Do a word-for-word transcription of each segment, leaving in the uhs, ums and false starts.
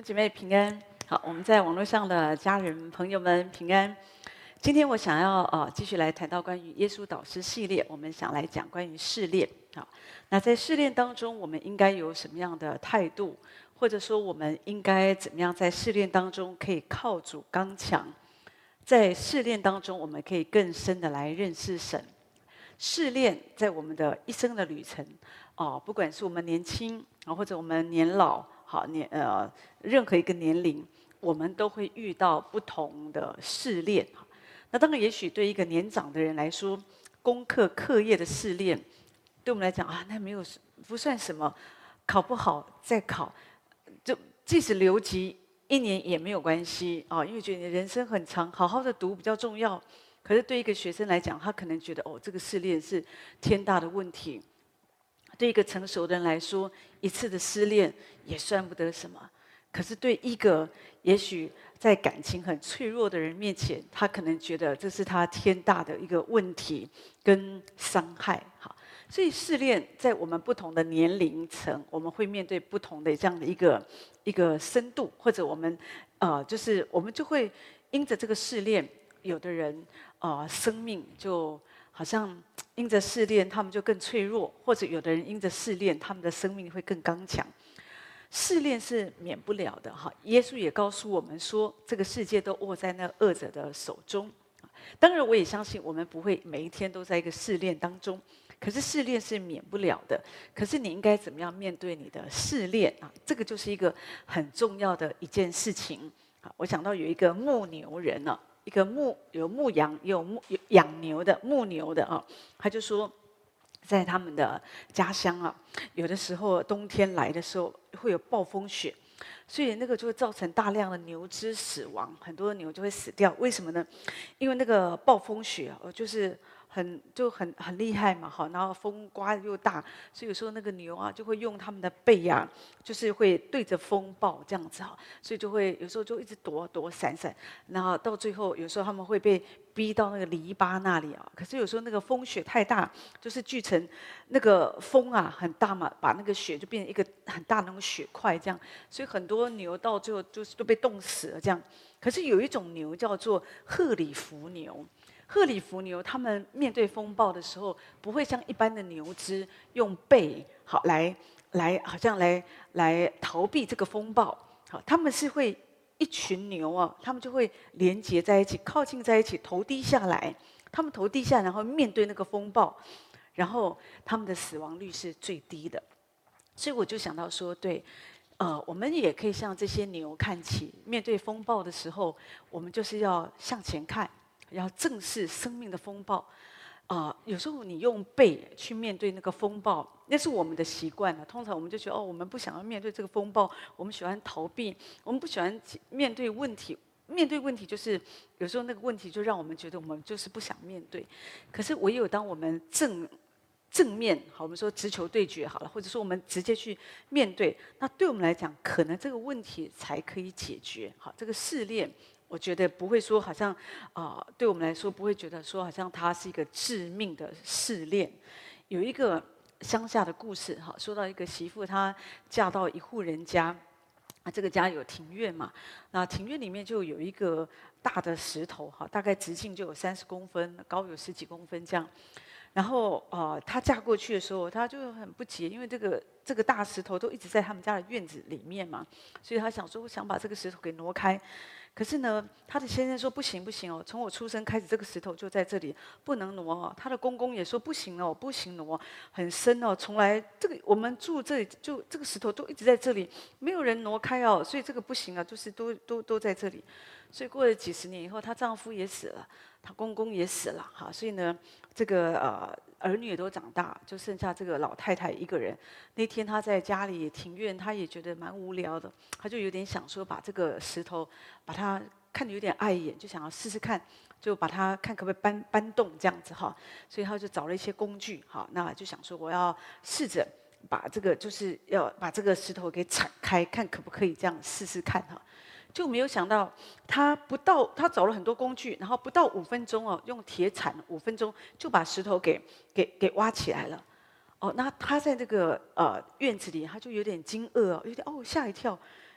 姐妹平安。好，我们在网络上的家人朋友们平安。今天我想要呃继续来谈到关于耶稣导师系列，我们想来讲关于试炼。好，那在试炼当中，我们应该有什么样的态度，或者说我们应该怎么样在试炼当中可以靠主刚强？在试炼当中，我们可以更深的来认识神。试炼在我们的一生的旅程，哦，不管是我们年轻啊，或者我们年老。好年呃，任何一个年龄，我们都会遇到不同的试炼。那当然，也许对一个年长的人来说，功课课业的试炼，对我们来讲啊，那没有不算什么，考不好再考，就即使留级一年也没有关系啊，因为觉得你人生很长，好好的读比较重要。可是对一个学生来讲，他可能觉得哦，这个试炼是天大的问题。对一个成熟的人来说，一次的失恋也算不得什么。可是对一个也许在感情很脆弱的人面前，他可能觉得这是他天大的一个问题跟伤害。好，所以试炼在我们不同的年龄层，我们会面对不同的这样的一个一个深度，或者我们呃，就是我们就会因着这个试炼，有的人呃，生命就好像因着试炼，他们就更脆弱；或者有的人因着试炼，他们的生命会更刚强。试炼是免不了的哈。耶稣也告诉我们说，这个世界都握在那恶者的手中。当然，我也相信我们不会每一天都在一个试炼当中。可是试炼是免不了的。可是你应该怎么样面对你的试炼啊？这个就是一个很重要的一件事情啊。我想到有一个牧牛人呢、啊。一个牧有牧羊也有牧有养牛的牧牛的啊，他就说，在他们的家乡啊，有的时候冬天来的时候会有暴风雪，所以那个就会造成大量的牛只死亡，很多牛就会死掉。为什么呢？因为那个暴风雪啊，就是很就很很厉害嘛，哈，然后风刮又大，所以有时候那个牛啊就会用他们的背啊，就是会对着风暴这样子哈，所以就会有时候就一直躲躲闪闪，然后到最后有时候他们会被逼到那个篱笆那里啊。可是有时候那个风雪太大，就是聚成那个风啊很大嘛，把那个雪就变成一个很大的那种雪块这样，所以很多牛到最后就是都被冻死了这样。可是有一种牛叫做鹤里伏牛。鹤里伏牛，他们面对风暴的时候，不会像一般的牛只用背好来来，好像来来逃避这个风暴。好，他们是会一群牛啊，他们就会连接在一起，靠近在一起，头低下来。他们头低下，然后面对那个风暴，然后他们的死亡率是最低的。所以我就想到说，对。呃，我们也可以像这些牛看齐，面对风暴的时候，我们就是要向前看。要正视生命的风暴，啊、呃，有时候你用背去面对那个风暴，那是我们的习惯了。通常我们就觉得，哦，我们不想要面对这个风暴，我们喜欢逃避，我们不喜欢面对问题。面对问题，就是有时候那个问题就让我们觉得我们就是不想面对。可是唯有当我们正正面，好，我们说直球对决好了，或者说我们直接去面对，那对我们来讲，可能这个问题才可以解决。好，这个试炼。我觉得不会说好像，啊、呃，对我们来说不会觉得说好像它是一个致命的试炼。有一个乡下的故事，哈，说到一个媳妇，她嫁到一户人家，啊，这个家有庭院嘛，那庭院里面就有一个大的石头，哈，大概直径就有三十公分，高有十几公分这样。然后呃，她嫁过去的时候，她就很不解，因为这个这个大石头都一直在他们家的院子里面嘛，所以她想说，我想把这个石头给挪开。可是呢，她的先生说不行不行哦，从我出生开始，这个石头就在这里，不能挪哦。她的公公也说不行哦，不行挪，很深哦，从来这个我们住这里就这个石头都一直在这里，没有人挪开哦，所以这个不行啊，就是都都都在这里。所以过了几十年以后，她丈夫也死了，她公公也死了，哈，所以呢，这个呃儿女也都长大，就剩下这个老太太一个人。那天她在家里庭院，她也觉得蛮无聊的，她就有点想说把这个石头，把它看得有点碍眼，就想要试试看，就把它看可不可以搬搬动这样子哈。所以她就找了一些工具，哈，那就想说我要试着把这个就是要把这个石头给铲开，看可不可以这样试试看哈。就没有想到，他不到他找了很多工具，然后不到五分钟哦，用铁铲五分钟就把石头给给给挖起来了。哦，那他在这个呃院子里，他就有点惊愕哦，有点哦吓一跳。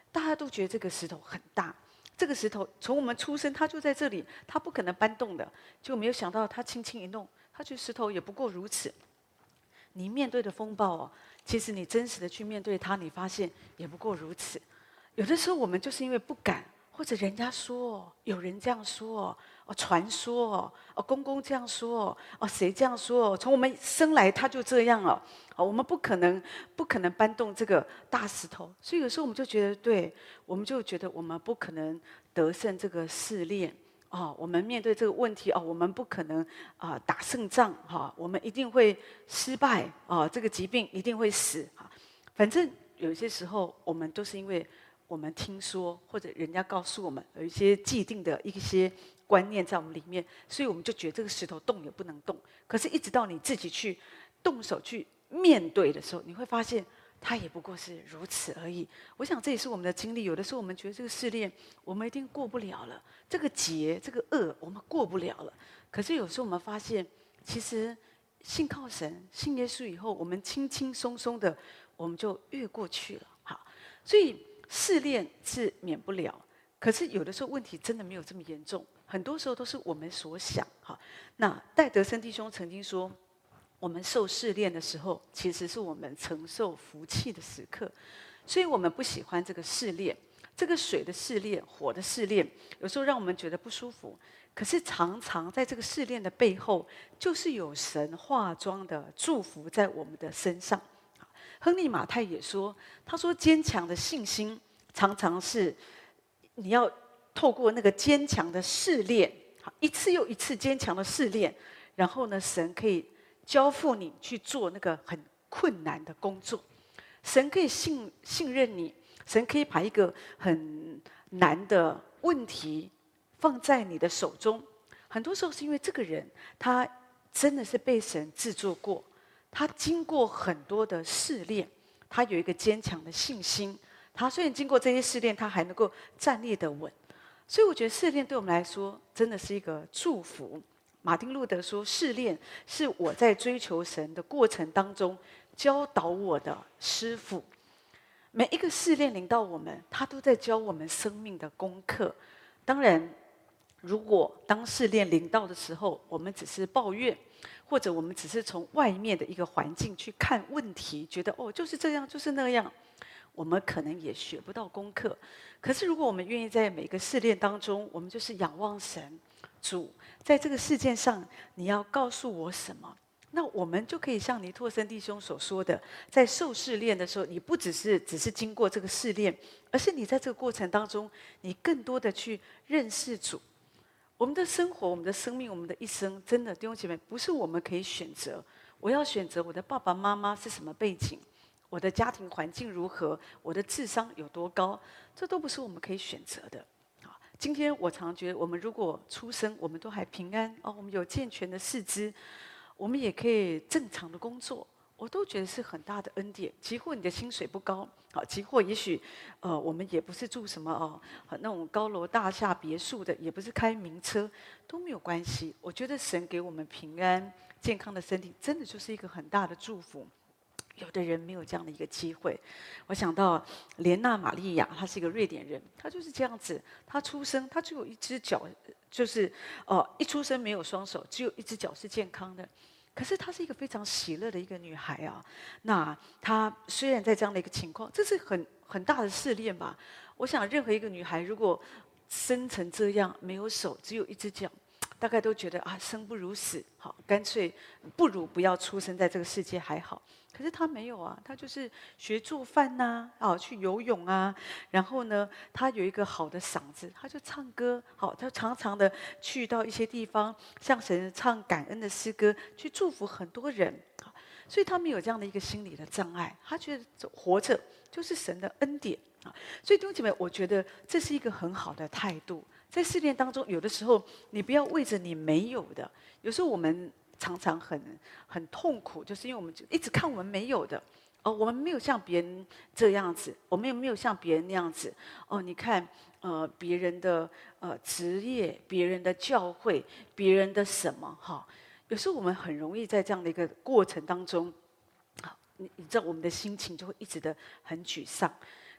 大家都觉得这个石头很大，这个石头从我们出生它就在这里，它不可能搬动的。结果没有想到，他轻轻一弄，他觉得石头也不过如此。你面对的风暴哦，其实你真实的去面对它，你发现也不过如此。有的时候我们就是因为不敢，或者人家说，有人这样说，哦，传说，哦，公公这样说，哦，谁这样说？从我们生来他就这样了，哦，我们不可能，不可能搬动这个大石头。所以有时候我们就觉得，对，我们就觉得我们不可能得胜这个试炼。哦，我们面对这个问题哦，我们不可能啊、呃、打胜仗哈、哦，我们一定会失败啊、哦，这个疾病一定会死啊。反正有些时候我们都是因为我们听说或者人家告诉我们有一些既定的一些观念在我们里面，所以我们就觉得这个石头动也不能动。可是，一直到你自己去动手去面对的时候，你会发现。它也不过是如此而已。我想这也是我们的经历。有的时候我们觉得这个试炼我们一定过不了了，这个劫、这个恶我们过不了了。可是有时候我们发现，其实信靠神、信耶稣以后，我们轻轻松松的我们就越过去了。好，所以试炼是免不了。可是有的时候问题真的没有这么严重，很多时候都是我们所想。好，那戴德森弟兄曾经说。我们受试炼的时候，其实是我们承受福气的时刻，所以我们不喜欢这个试炼，这个水的试炼、火的试炼，有时候让我们觉得不舒服。可是常常在这个试炼的背后，就是有神化妆的祝福在我们的身上。亨利马太也说，他说坚强的信心常常是你要透过那个坚强的试炼，一次又一次坚强的试炼，然后呢，神可以。交付你去做那个很困难的工作，神可以信信任你，神可以把一个很难的问题放在你的手中。很多时候是因为这个人他真的是被神制作过，他经过很多的试炼，他有一个坚强的信心。他虽然经过这些试炼，他还能够站立得稳。所以我觉得试炼对我们来说真的是一个祝福。马丁路德说：“试炼是我在追求神的过程当中教导我的师傅。每一个试炼临到我们，他都在教我们生命的功课。当然，如果当试炼临到的时候，我们只是抱怨，或者我们只是从外面的一个环境去看问题，觉得哦就是这样，就是那样，我们可能也学不到功课。可是，如果我们愿意在每个试炼当中，我们就是仰望神。”主，在这个事件上，你要告诉我什么？那我们就可以像尼拓森弟兄所说的，在受试炼的时候，你不只是只是经过这个试炼，而是你在这个过程当中，你更多的去认识主。我们的生活、我们的生命、我们的一生，真的弟兄姐妹，不是我们可以选择。我要选择我的爸爸妈妈是什么背景，我的家庭环境如何，我的智商有多高，这都不是我们可以选择的。今天我常觉得，我们如果出生，我们都还平安哦，我们有健全的四肢，我们也可以正常的工作，我都觉得是很大的恩典。即或你的薪水不高，好，即或也许，呃，我们也不是住什么哦那种高楼大厦别墅的，也不是开名车，都没有关系。我觉得神给我们平安健康的身体，真的就是一个很大的祝福。有的人没有这样的一个机会，我想到莲娜玛利亚，她是一个瑞典人，她就是这样子。她出生，她只有一只脚，就是呃，一出生没有双手，只有一只脚是健康的。可是她是一个非常喜乐的一个女孩啊。那她虽然在这样的一个情况，这是很很大的试炼吧。我想，任何一个女孩如果生成这样，没有手，只有一只脚。大概都觉得啊，生不如死，好，干脆不如不要出生在这个世界还好。可是他没有啊，他就是学做饭呐、啊，哦，去游泳啊，然后呢，他有一个好的嗓子，他就唱歌，好，他常常的去到一些地方，向神唱感恩的诗歌，去祝福很多人，好，所以他没有这样的一个心理的障碍，他觉得活着就是神的恩典啊。所以弟兄姐妹，我觉得这是一个很好的态度。在试炼当中，有的时候你不要为着你没有的。有时候我们常常很很痛苦，就是因为我们就一直看我们没有的。哦，我们没有像别人这样子，我们也没有像别人那样子。哦，你看，呃，别人的呃职业，别人的教会，别人的什么哈？有时候我们很容易在这样的一个过程当中，好，你你知道我们的心情就会一直的很沮丧。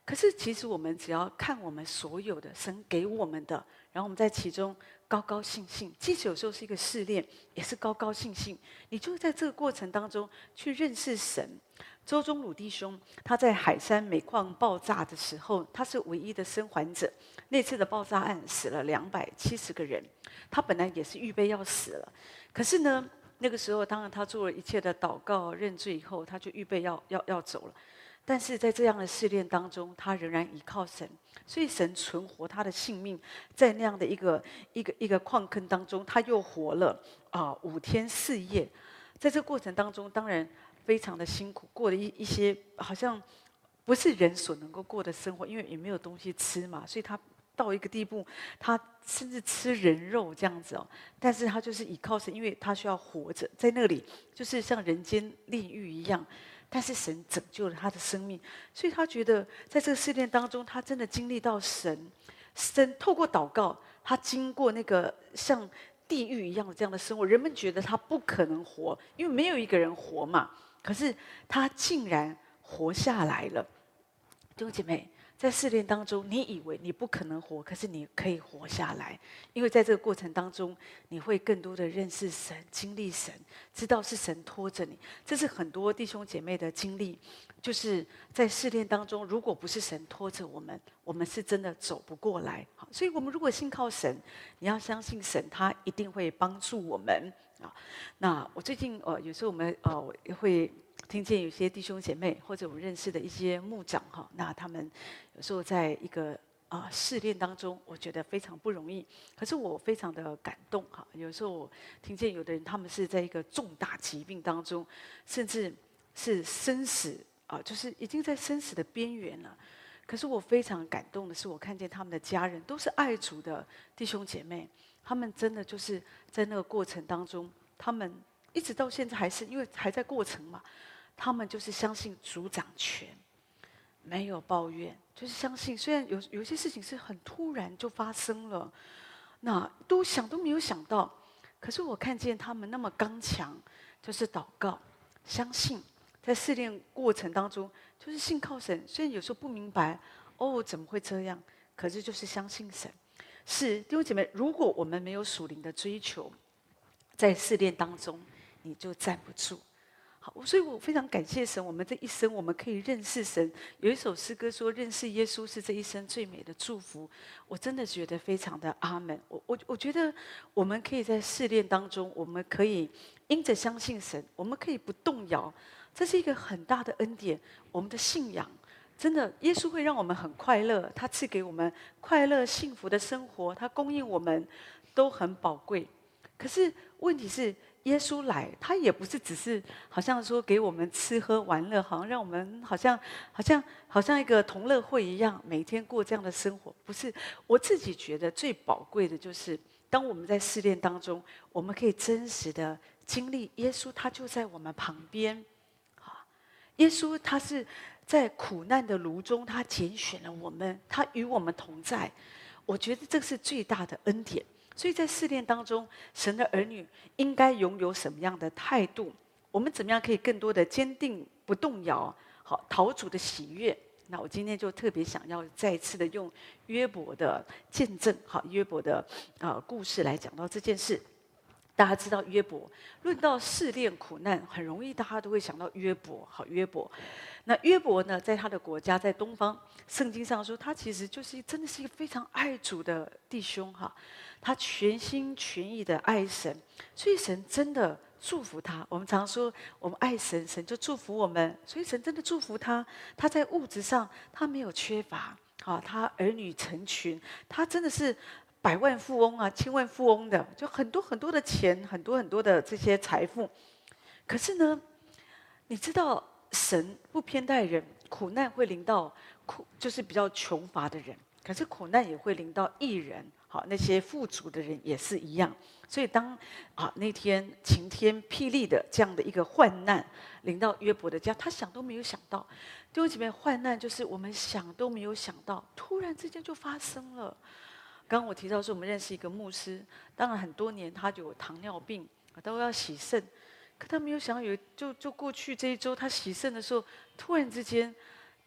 可是其实我们只要看我们所有的神给我们的，然后我们在其中高高兴兴，即使有时候是一个试炼，也是高高兴兴。你就在这个过程当中去认识神。周宗鲁弟兄他在海山煤矿爆炸的时候，他是唯一的生还者。那次的爆炸案死了两百七十个人，他本来也是预备要死了，可是呢，那个时候当然他做了一切的祷告认罪以后，他就预备要要要走了。但是在这样的试炼当中，他仍然依靠神，所以神存活他的性命，在那样的一个一个一个矿坑当中，他又活了啊、呃、五天四夜。在这个过程当中，当然非常的辛苦，过了一一些好像不是人所能够过的生活，因为也没有东西吃嘛，所以他到一个地步，他甚至吃人肉这样子哦。但是他就是倚靠神，因为他需要活着，在那里就是像人间炼狱一样。但是神拯救了他的生命，所以他觉得在这个试炼当中，他真的经历到神，神透过祷告，他经过那个像地狱一样的这样的生活。人们觉得他不可能活，因为没有一个人活嘛。可是他竟然活下来了。弟兄姐妹，在试炼当中，你以为你不可能活，可是你可以活下来，因为在这个过程当中，你会更多的认识神，经历神，知道是神拖着你。这是很多弟兄姐妹的经历，就是在试炼当中，如果不是神拖着我们，我们是真的走不过来。好，所以我们如果信靠神，你要相信神，他一定会帮助我们啊。那我最近呃，有时候我们呃，我也会听见有些弟兄姐妹或者我认识的一些牧长哈，那他们有时候在一个啊、呃、试炼当中，我觉得非常不容易。可是我非常的感动哈，有时候我听见有的人他们是在一个重大疾病当中，甚至是生死啊、呃，就是已经在生死的边缘了。可是我非常感动的是，我看见他们的家人都是爱主的弟兄姐妹，他们真的就是在那个过程当中，他们一直到现在还是因为还在过程嘛。他们就是相信主掌权，没有抱怨，就是相信。虽然有有些事情是很突然就发生了，那都想都没有想到，可是我看见他们那么刚强，就是祷告，相信，在试炼过程当中，就是信靠神。虽然有时候不明白，哦，怎么会这样？可是就是相信神。是弟兄姐妹，如果我们没有属灵的追求，在试炼当中，你就站不住。好，所以我非常感谢神，我们这一生我们可以认识神。有一首诗歌说：“认识耶稣是这一生最美的祝福。”我真的觉得非常的阿门。我我我觉得我们可以在试炼当中，我们可以因着相信神，我们可以不动摇，这是一个很大的恩典。我们的信仰真的，耶稣会让我们很快乐，他赐给我们快乐幸福的生活，他供应我们都很宝贵。可是问题是，耶稣来，他也不是只是好像说给我们吃喝玩乐，好像让我们好像好像好像一个同乐会一样，每天过这样的生活。不是，我自己觉得最宝贵的就是，当我们在试炼当中，我们可以真实的经历耶稣，他就在我们旁边。啊，耶稣他是在苦难的炉中，他拣选了我们，他与我们同在。我觉得这是最大的恩典。所以在试炼当中，神的儿女应该拥有什么样的态度？我们怎么样可以更多的坚定不动摇？好，讨主的喜悦。那我今天就特别想要再一次的用约伯的见证，好，约伯的呃故事来讲到这件事。大家知道约伯，论到试炼苦难，很容易大家都会想到约伯。好，约伯。那约伯呢，在他的国家，在东方，圣经上说，他其实就是真的是一个非常爱主的弟兄哈。他全心全意的爱神，所以神真的祝福他。我们常说，我们爱神，神就祝福我们，所以神真的祝福他。他在物质上他没有缺乏，啊，他儿女成群，他真的是百万富翁啊，千万富翁的，就很多很多的钱，很多很多的这些财富。可是呢，你知道神不偏待人，苦难会临到苦，就是比较穷乏的人。可是苦难也会临到义人，好，那些富足的人也是一样。所以当啊那天晴天霹雳的这样的一个患难临到约伯的家，他想都没有想到。弟兄姐妹，患难就是我们想都没有想到，突然之间就发生了。刚刚我提到说，我们认识一个牧师，当然很多年他就有糖尿病，都要洗肾，可他没有想到有就就过去这一周他洗肾的时候，突然之间。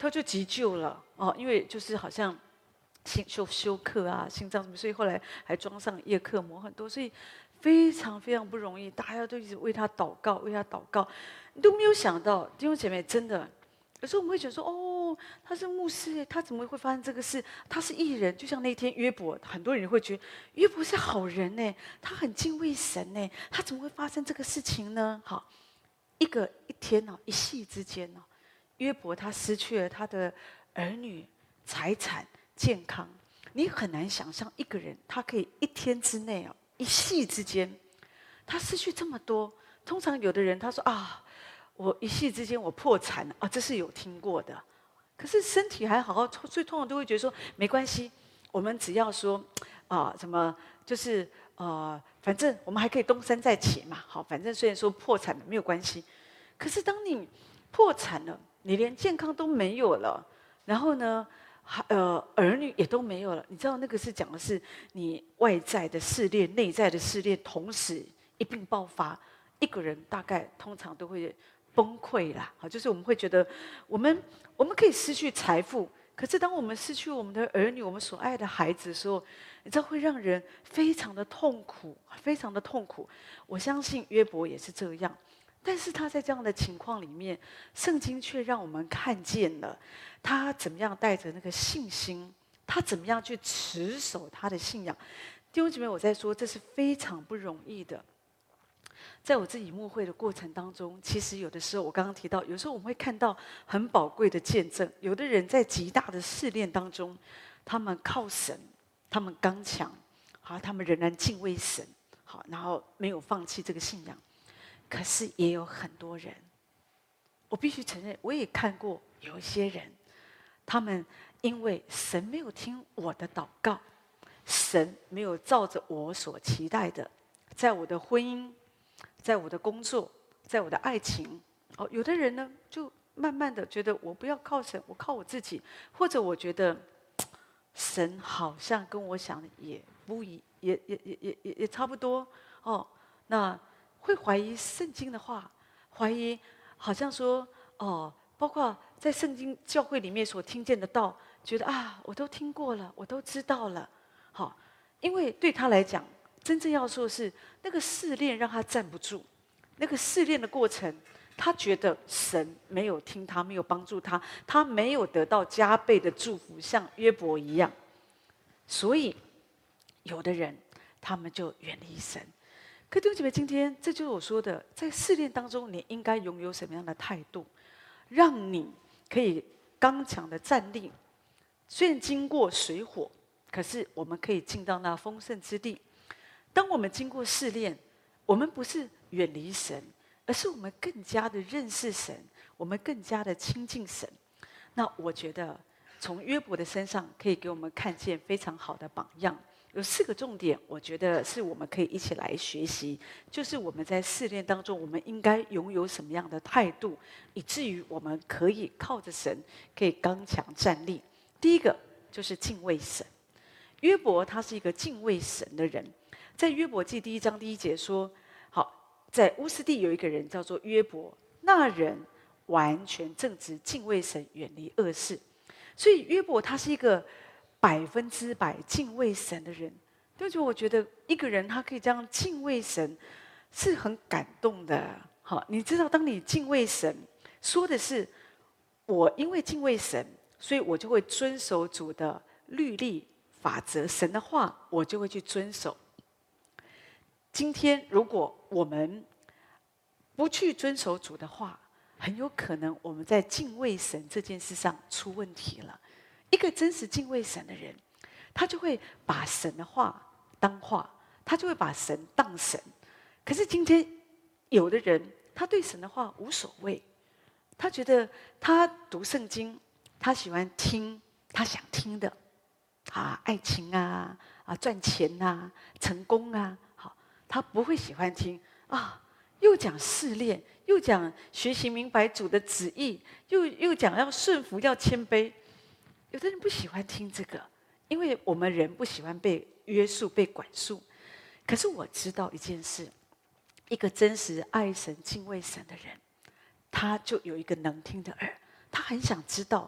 他就急救了哦，因为就是好像心休休克啊，心脏什么，所以后来还装上叶克膜很多，所以非常非常不容易，大家都一直为他祷告，为他祷告，你都没有想到，弟兄姐妹，真的，有时候我们会觉得说，哦，他是牧师耶，他怎么会发生这个事？他是艺人，就像那天约伯，很多人会觉得约伯是好人呢，他很敬畏神呢，他怎么会发生这个事情呢？好，一个一天哦，一夕之间哦，约伯他失去了他的儿女、财产、健康，你很难想象一个人他可以一天之内哦，一夕之间，他失去这么多。通常有的人他说啊，我一夕之间我破产了啊，这是有听过的。可是身体还好好，所以通常都会觉得说没关系，我们只要说啊，什么就是呃，反正我们还可以东山再起嘛。好，反正虽然说破产了没有关系，可是当你破产了，你连健康都没有了，然后呢，呃，儿女也都没有了。你知道那个是讲的是你外在的试炼、内在的试炼同时一并爆发。一个人大概通常都会崩溃啦，好，就是我们会觉得，我们我们可以失去财富，可是当我们失去我们的儿女、我们所爱的孩子的时候，你知道会让人非常的痛苦，非常的痛苦。我相信约伯也是这样，但是他在这样的情况里面，圣经却让我们看见了他怎么样带着那个信心，他怎么样去持守他的信仰。弟兄姐妹，我在说，这是非常不容易的。在我自己牧会的过程当中，其实有的时候我刚刚提到，有时候我们会看到很宝贵的见证。有的人在极大的试炼当中，他们靠神，他们刚强，好，他们仍然敬畏神，好，然后没有放弃这个信仰。可是也有很多人，我必须承认，我也看过有一些人，他们因为神没有听我的祷告，神没有照着我所期待的，在我的婚姻，在我的工作，在我的爱情，哦，有的人呢，就慢慢的觉得我不要靠神，我靠我自己，或者我觉得神好像跟我想的也不一，也也也也也也差不多哦。那会怀疑圣经的话，怀疑好像说哦，包括在圣经教会里面所听见的道，觉得啊，我都听过了，我都知道了，好，因为对他来讲。真正要说的是，那个试炼让他站不住，那个试炼的过程，他觉得神没有听他，没有帮助他，他没有得到加倍的祝福，像约伯一样。所以，有的人他们就远离神。可弟兄姐妹，今天这就是我说的，在试炼当中，你应该拥有什么样的态度，让你可以刚强的站立。虽然经过水火，可是我们可以进到那丰盛之地。当我们经过试炼，我们不是远离神，而是我们更加的认识神，我们更加的亲近神。那我觉得从约伯的身上可以给我们看见非常好的榜样。有四个重点，我觉得是我们可以一起来学习，就是我们在试炼当中，我们应该拥有什么样的态度，以至于我们可以靠着神，可以刚强站立。第一个就是敬畏神。约伯他是一个敬畏神的人。在约伯记第一章第一节说：“好，在乌斯地有一个人叫做约伯，那人完全正直，敬畏神，远离恶事。”所以约伯他是一个百分之百敬畏神的人。就觉得我觉得一个人他可以这样敬畏神，是很感动的。好，你知道，当你敬畏神，说的是我因为敬畏神，所以我就会遵守主的律例法则，神的话我就会去遵守。今天，如果我们不去遵守主的话，很有可能我们在敬畏神这件事上出问题了。一个真实敬畏神的人，他就会把神的话当话，他就会把神当神。可是今天，有的人他对神的话无所谓，他觉得他读圣经，他喜欢听他想听的，啊，爱情啊，啊，赚钱啊，成功啊。他不会喜欢听啊，又讲试炼，又讲学习明白主的旨意，又又讲要顺服，要谦卑。有的人不喜欢听这个，因为我们人不喜欢被约束、被管束。可是我知道一件事，一个真实爱神、敬畏神的人，他就有一个能听的耳，他很想知道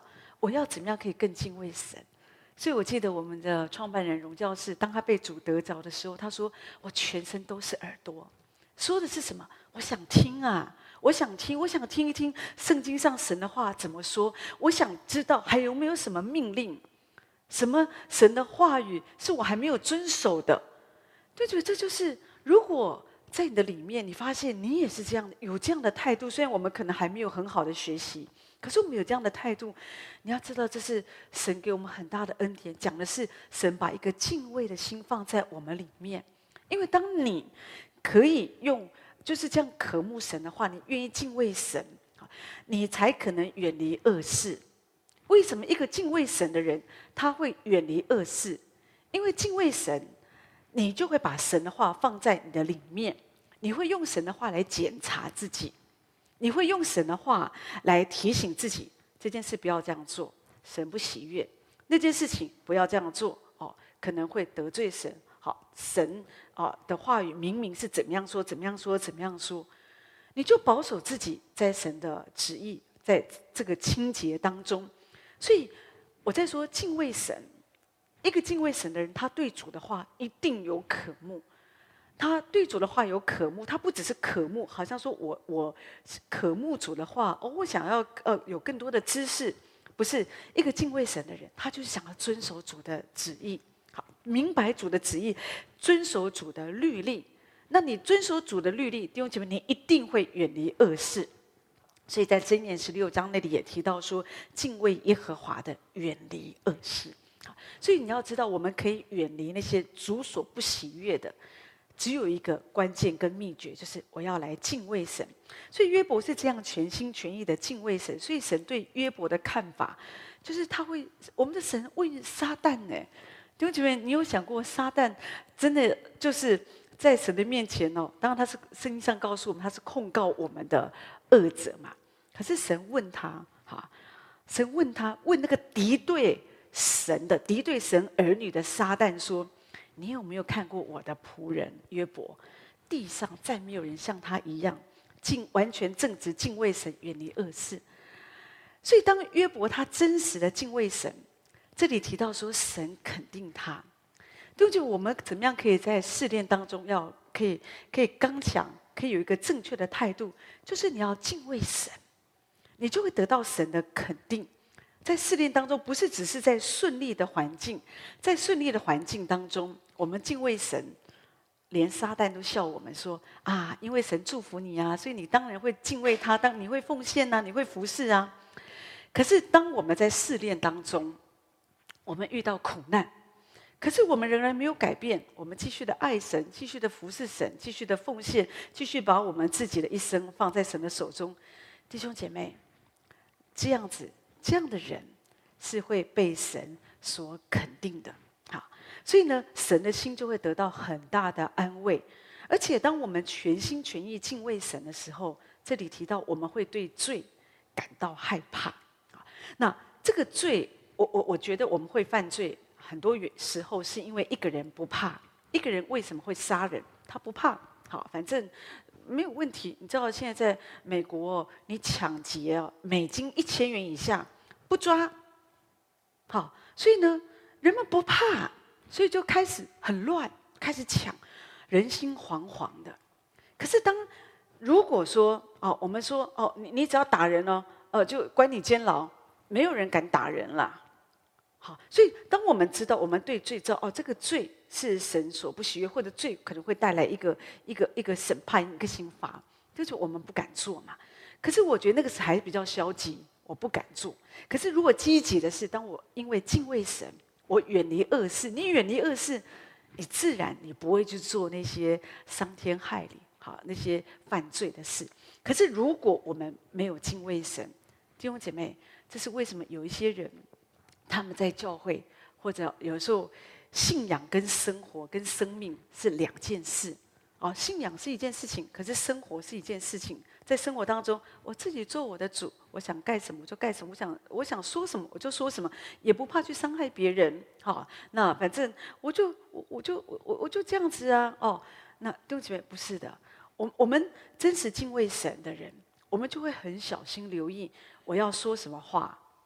我要怎么样可以更敬畏神？所以我记得我们的创办人荣教士，当他被主得着的时候，他说：“我全身都是耳朵。”说的是什么？我想听啊，我想听，我想听一听圣经上神的话怎么说。我想知道还有没有什么命令，什么神的话语是我还没有遵守的。对对，这就是如果在你的里面，你发现你也是这样，有这样的态度。虽然我们可能还没有很好的学习，可是我们有这样的态度，你要知道，这是神给我们很大的恩典。讲的是神把一个敬畏的心放在我们里面，因为当你可以用就是这样渴慕神的话，你愿意敬畏神，你才可能远离恶事。为什么一个敬畏神的人他会远离恶事？因为敬畏神，你就会把神的话放在你的里面，你会用神的话来检查自己，你会用神的话来提醒自己，这件事不要这样做，神不喜悦；那件事情不要这样做，哦，可能会得罪神。好，神啊的话语明明是怎么样说，怎么样说，怎么样说，你就保守自己在神的旨意，在这个清洁当中。所以我在说敬畏神，一个敬畏神的人，他对主的话一定有渴慕。他对主的话有渴慕，他不只是渴慕，好像说我我渴慕主的话，哦，我想要呃有更多的知识，不是一个敬畏神的人，他就是想要遵守主的旨意。好，明白主的旨意，遵守主的律例。那你遵守主的律例，弟兄姐妹，你一定会远离恶事。所以在箴言十六章那里也提到说，敬畏耶和华的，远离恶事。好，所以你要知道，我们可以远离那些主所不喜悦的，只有一个关键跟秘诀，就是我要来敬畏神。所以约伯是这样全心全意的敬畏神。所以神对约伯的看法，就是他会，我们的神问撒旦呢。弟兄姐妹，你有想过撒旦真的就是在神的面前哦？当然，他是圣经上告诉我们，他是控告我们的恶者嘛。可是神问他，哈，神问他，问那个敌对神的、敌对神儿女的撒旦说：“你有没有看过我的仆人约伯？地上再没有人像他一样，敬完全正直、敬畏神、远离恶事。”所以，当约伯他真实的敬畏神。这里提到说，神肯定他。对不起，我们怎么样可以在试炼当中要可以可以刚强，可以有一个正确的态度，就是你要敬畏神，你就会得到神的肯定。在试炼当中，不是只是在顺利的环境，在顺利的环境当中，我们敬畏神，连撒旦都笑我们说啊，因为神祝福你啊，所以你当然会敬畏他，当你会奉献啊，你会服侍啊。可是当我们在试炼当中，我们遇到苦难，可是我们仍然没有改变，我们继续的爱神，继续的服侍神，继续的奉献，继续把我们自己的一生放在神的手中。弟兄姐妹，这样子，这样的人是会被神所肯定的。好，所以呢，神的心就会得到很大的安慰。而且，当我们全心全意敬畏神的时候，这里提到我们会对罪感到害怕。那这个罪。我我我觉得我们会犯罪，很多时候是因为一个人不怕。一个人为什么会杀人？他不怕，好，反正没有问题。你知道现在在美国，你抢劫啊，美金一千元以下不抓，好，所以呢，人们不怕，所以就开始很乱，开始抢，人心惶惶的。可是当如果说哦，我们说哦，你你只要打人哦，呃，就关你监牢，没有人敢打人啦。好，所以当我们知道我们对罪知道哦，这个罪是神所不喜悦，或者罪可能会带来一个一个一个审判、一个刑罚，就是我们不敢做嘛。可是我觉得那个是还比较消极，我不敢做。可是如果积极的是，当我因为敬畏神，我远离恶事，你远离恶事，你自然你不会去做那些伤天害理、好那些犯罪的事。可是如果我们没有敬畏神，弟兄姐妹，这是为什么有一些人。他们在教会，或者有时候信仰跟生活跟生命是两件事。哦，信仰是一件事情，可是生活是一件事情。在生活当中，我自己做我的主，我想干什么我就干什么，我想我想说什么我就说什么，也不怕去伤害别人。好、哦，那反正我就我我就我我就这样子啊。哦，那弟兄姐妹，不是的，我我们真实敬畏神的人，我们就会很小心留意我要说什么话。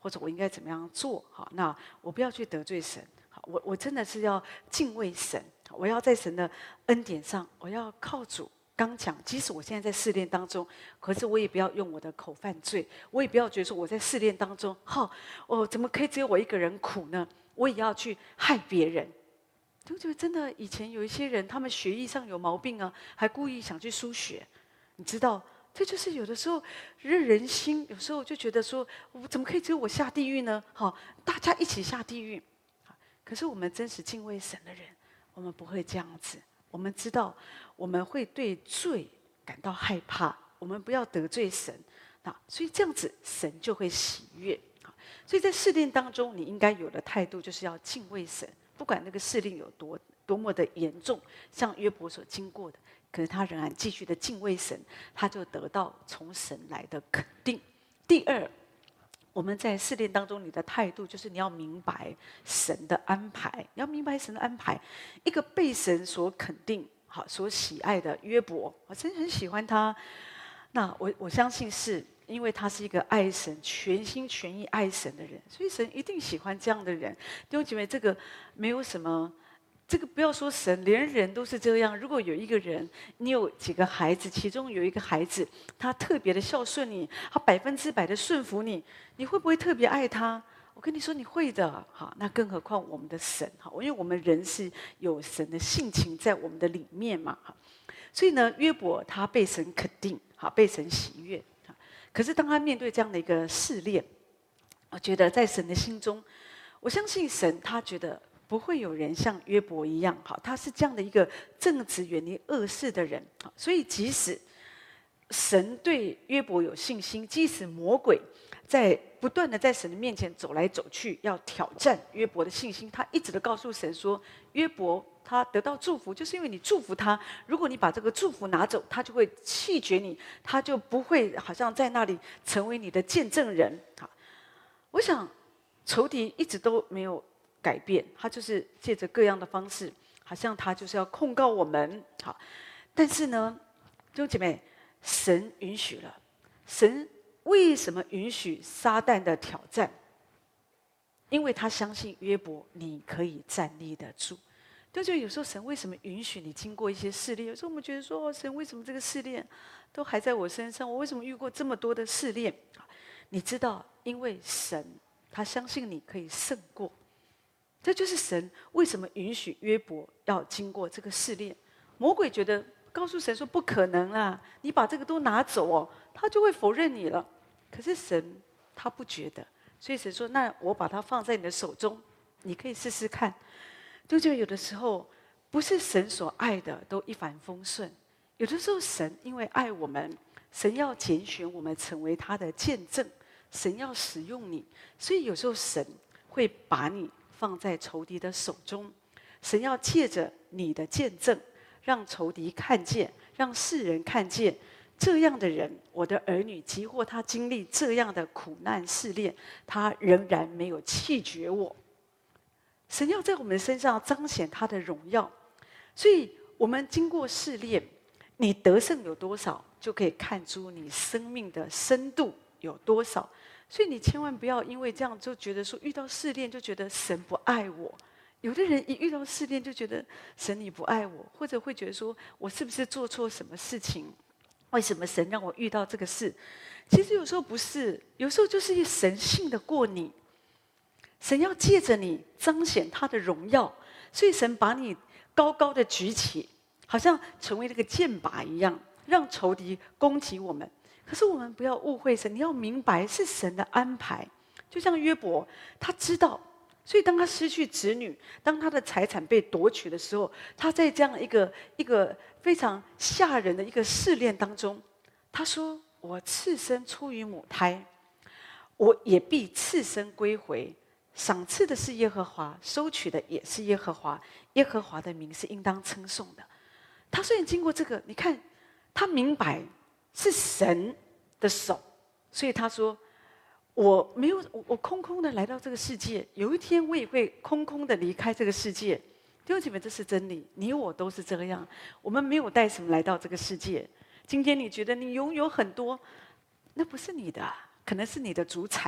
或者我应该怎么样做？好，那我不要去得罪神。好，我我真的是要敬畏神，我要在神的恩典上，我要靠主。刚讲，即使我现在在试炼当中，可是我也不要用我的口犯罪，我也不要觉得说我在试炼当中，哈，哦，怎么可以只有我一个人苦呢？我也要去害别人。就觉得真的，以前有一些人，他们学艺上有毛病啊，还故意想去输血，你知道，这就是有的时候人人心，有时候就觉得说，我怎么可以只有我下地狱呢？好，大家一起下地狱。可是我们真实敬畏神的人，我们不会这样子。我们知道，我们会对罪感到害怕，我们不要得罪神。那所以这样子，神就会喜悦。所以在试炼当中，你应该有的态度就是要敬畏神，不管那个试炼有多多么的严重，像约伯所经过的，可是他仍然继续的敬畏神，他就得到从神来的肯定。第二，我们在试炼当中，你的态度就是你要明白神的安排，你要明白神的安排。一个被神所肯定、好所喜爱的约伯，我真的很喜欢他。那我我相信是因为他是一个爱神、全心全意爱神的人，所以神一定喜欢这样的人。弟兄姐妹，这个没有什么。这个不要说神，连人都是这样。如果有一个人，你有几个孩子，其中有一个孩子，他特别的孝顺你，他百分之百的顺服你，你会不会特别爱他？我跟你说，你会的。好，那更何况我们的神，好，因为我们人是有神的性情在我们的里面嘛，所以呢，约伯他被神肯定，好，被神喜悦。可是当他面对这样的一个试炼，我觉得在神的心中，我相信神，他觉得。不会有人像约伯一样，好，他是这样的一个正直、远离恶事的人，好，所以即使神对约伯有信心，即使魔鬼在不断的在神的面前走来走去，要挑战约伯的信心，他一直的告诉神说：约伯他得到祝福，就是因为你祝福他。如果你把这个祝福拿走，他就会弃绝你，他就不会好像在那里成为你的见证人。好，我想仇敌一直都没有。改变，他就是借着各样的方式，好像他就是要控告我们。好，但是呢，弟兄姐妹，神允许了。神为什么允许撒旦的挑战？因为他相信约伯，你可以站立得住。就觉得有时候神为什么允许你经过一些试炼？有时候我们觉得说，哦，神为什么这个试炼都还在我身上？我为什么遇过这么多的试炼？你知道，因为神他相信你可以胜过。这就是神为什么允许约伯要经过这个试炼。魔鬼觉得告诉神说不可能啦，你把这个都拿走哦，他就会否认你了。可是神他不觉得，所以神说：“那我把它放在你的手中，你可以试试看。”就就有的时候不是神所爱的都一帆风顺，有的时候神因为爱我们，神要拣选我们成为他的见证，神要使用你，所以有时候神会把你。放在仇敌的手中，神要借着你的见证，让仇敌看见，让世人看见，这样的人，我的儿女，即或他经历这样的苦难试炼，他仍然没有弃绝我。神要在我们身上彰显他的荣耀，所以我们经过试炼，你得胜有多少，就可以看出你生命的深度有多少。所以你千万不要因为这样就觉得说遇到试炼就觉得神不爱我。有的人一遇到试炼就觉得神你不爱我，或者会觉得说我是不是做错什么事情？为什么神让我遇到这个事？其实有时候不是，有时候就是神信得过你，神要借着你彰显他的荣耀，所以神把你高高的举起，好像成为那个箭靶一样，让仇敌攻击我们。可是我们不要误会神，你要明白是神的安排。就像约伯，他知道，所以当他失去子女，当他的财产被夺取的时候，他在这样一个一个非常吓人的一个试炼当中，他说：“我赤身出于母胎，我也必赤身归回。赏赐的是耶和华，收取的也是耶和华。耶和华的名是应当称颂的。”他虽然经过这个，你看，他明白。是神的手，所以他说：“我没有，我空空的来到这个世界，有一天我也会空空的离开这个世界。”弟兄姐妹，这是真理，你我都是这样。我们没有带什么来到这个世界。今天你觉得你拥有很多，那不是你的，可能是你的祖产，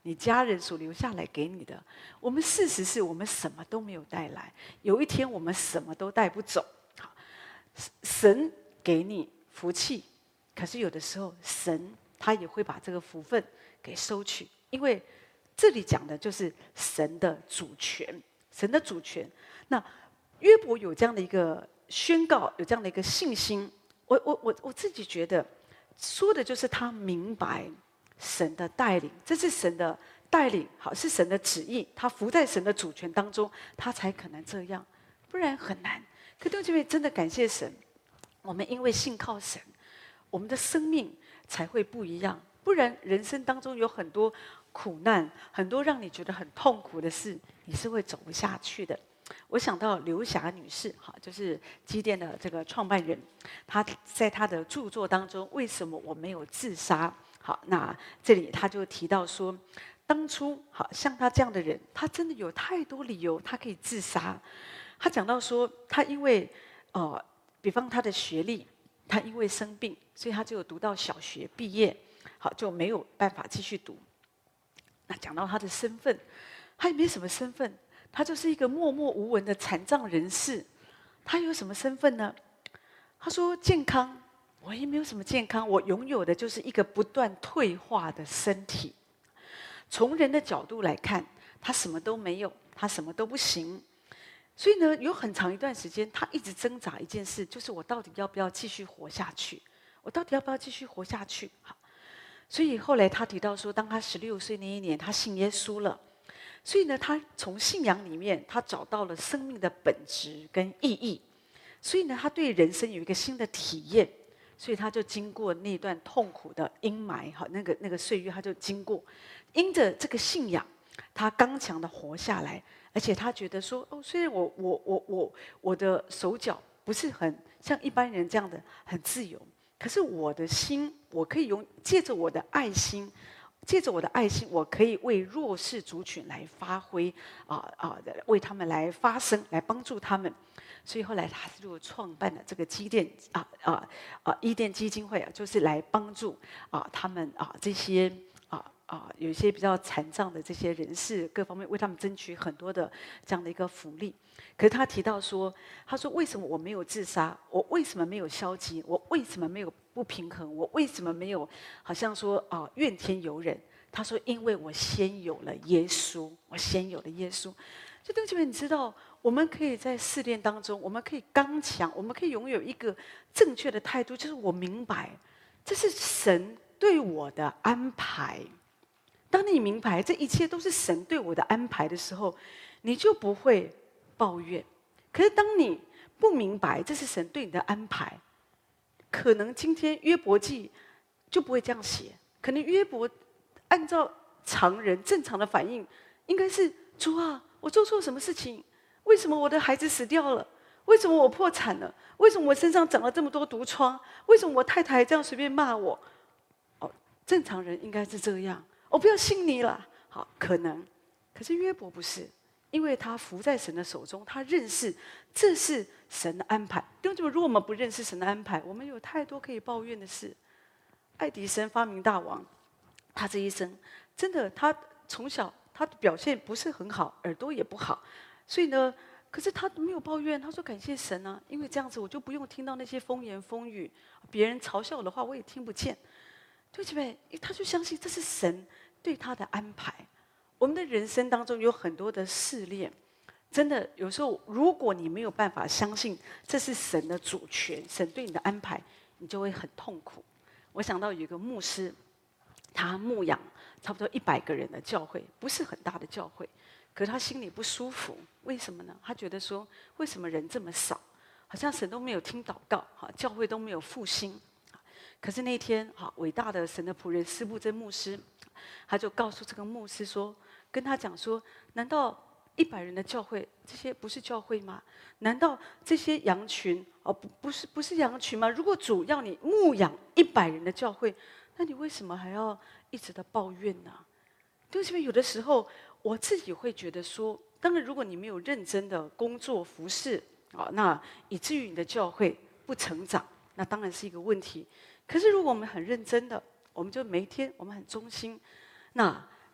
你家人所留下来给你的。我们事实是我们什么都没有带来，有一天我们什么都带不走。好，神给你福气，可是有的时候神他也会把这个福分给收取，因为这里讲的就是神的主权，神的主权。那约伯有这样的一个宣告，有这样的一个信心，我我我我自己觉得，说的就是他明白神的带领，这是神的带领，好，是神的旨意，他服在神的主权当中，他才可能这样，不然很难。可弟兄姐妹，真的感谢神，我们因为信靠神，我们的生命才会不一样。不然，人生当中有很多苦难，很多让你觉得很痛苦的事，你是会走不下去的。我想到刘霞女士，哈，就是基甸的这个创办人，她在她的著作当中，为什么我没有自杀？好，那这里她就提到说，当初好像她这样的人，她真的有太多理由，她可以自杀。她讲到说，她因为呃，比方她的学历，她因为生病，所以她只有读到小学毕业，好就没有办法继续读。那讲到她的身份，她也没什么身份。他就是一个默默无闻的残障人士，他有什么身份呢？他说：“健康，我也没有什么健康，我拥有的就是一个不断退化的身体。从人的角度来看，他什么都没有，他什么都不行。所以呢，有很长一段时间，他一直挣扎一件事，就是我到底要不要继续活下去？我到底要不要继续活下去？好，所以后来他提到说，当他十六岁那一年，他信耶稣了。”所以呢，他从信仰里面，他找到了生命的本质跟意义。所以呢，他对人生有一个新的体验。所以他就经过那段痛苦的阴霾，哈，那个那个岁月，他就经过，因着这个信仰，他刚强的活下来。而且他觉得说，哦，虽然我我我我我的手脚不是很像一般人这样的很自由，可是我的心，我可以用借着我的爱心。借着我的爱心，我可以为弱势族群来发挥啊啊，为他们来发声，来帮助他们。所以后来他就创办了这个基甸啊啊啊伊甸基金会啊，就是来帮助啊他们啊这些啊啊有一些比较残障的这些人士，各方面为他们争取很多的这样的一个福利。可是他提到说，他说为什么我没有自杀？我为什么没有消极？我为什么没有不平衡？我为什么没有好像说啊怨天尤人？他说因为我先有了耶稣，我先有了耶稣。就弟兄姐妹，你知道，我们可以在试炼当中，我们可以刚强，我们可以拥有一个正确的态度，就是我明白这是神对我的安排。当你明白这一切都是神对我的安排的时候，你就不会抱怨。可是当你不明白这是神对你的安排，可能今天约伯记就不会这样写。可能约伯按照常人正常的反应，应该是主啊，我做错什么事情？为什么我的孩子死掉了？为什么我破产了？为什么我身上长了这么多毒疮？为什么我太太这样随便骂我？哦，正常人应该是这样。我不要信你了。好，可能，可是约伯不是，因为他服在神的手中，他认识这是神的安排。弟兄姐妹，如果我们不认识神的安排，我们有太多可以抱怨的事。爱迪生发明大王，他这一生真的，他从小他的表现不是很好，耳朵也不好，所以呢，可是他没有抱怨，他说感谢神啊，因为这样子我就不用听到那些风言风语，别人嘲笑我的话我也听不见。对不对？他就相信这是神对他的安排。我们的人生当中有很多的试炼，真的有时候，如果你没有办法相信这是神的主权，神对你的安排，你就会很痛苦。我想到有一个牧师，他牧养差不多一百个人的教会，不是很大的教会，可是他心里不舒服。为什么呢？他觉得说，为什么人这么少？好像神都没有听祷告，哈，教会都没有复兴。可是那一天，哈，伟大的神的仆人施布真牧师，他就告诉这个牧师说，跟他讲说，难道一百人的教会，这些不是教会吗？难道这些羊群哦，不不是不是羊群吗？如果主要你牧养一百人的教会，那你为什么还要一直的抱怨呢？对不起，有的时候我自己会觉得说，当然如果你没有认真的工作服侍啊，那以至于你的教会不成长，那当然是一个问题。可是如果我们很认真的，我们就每一天我们很忠心，那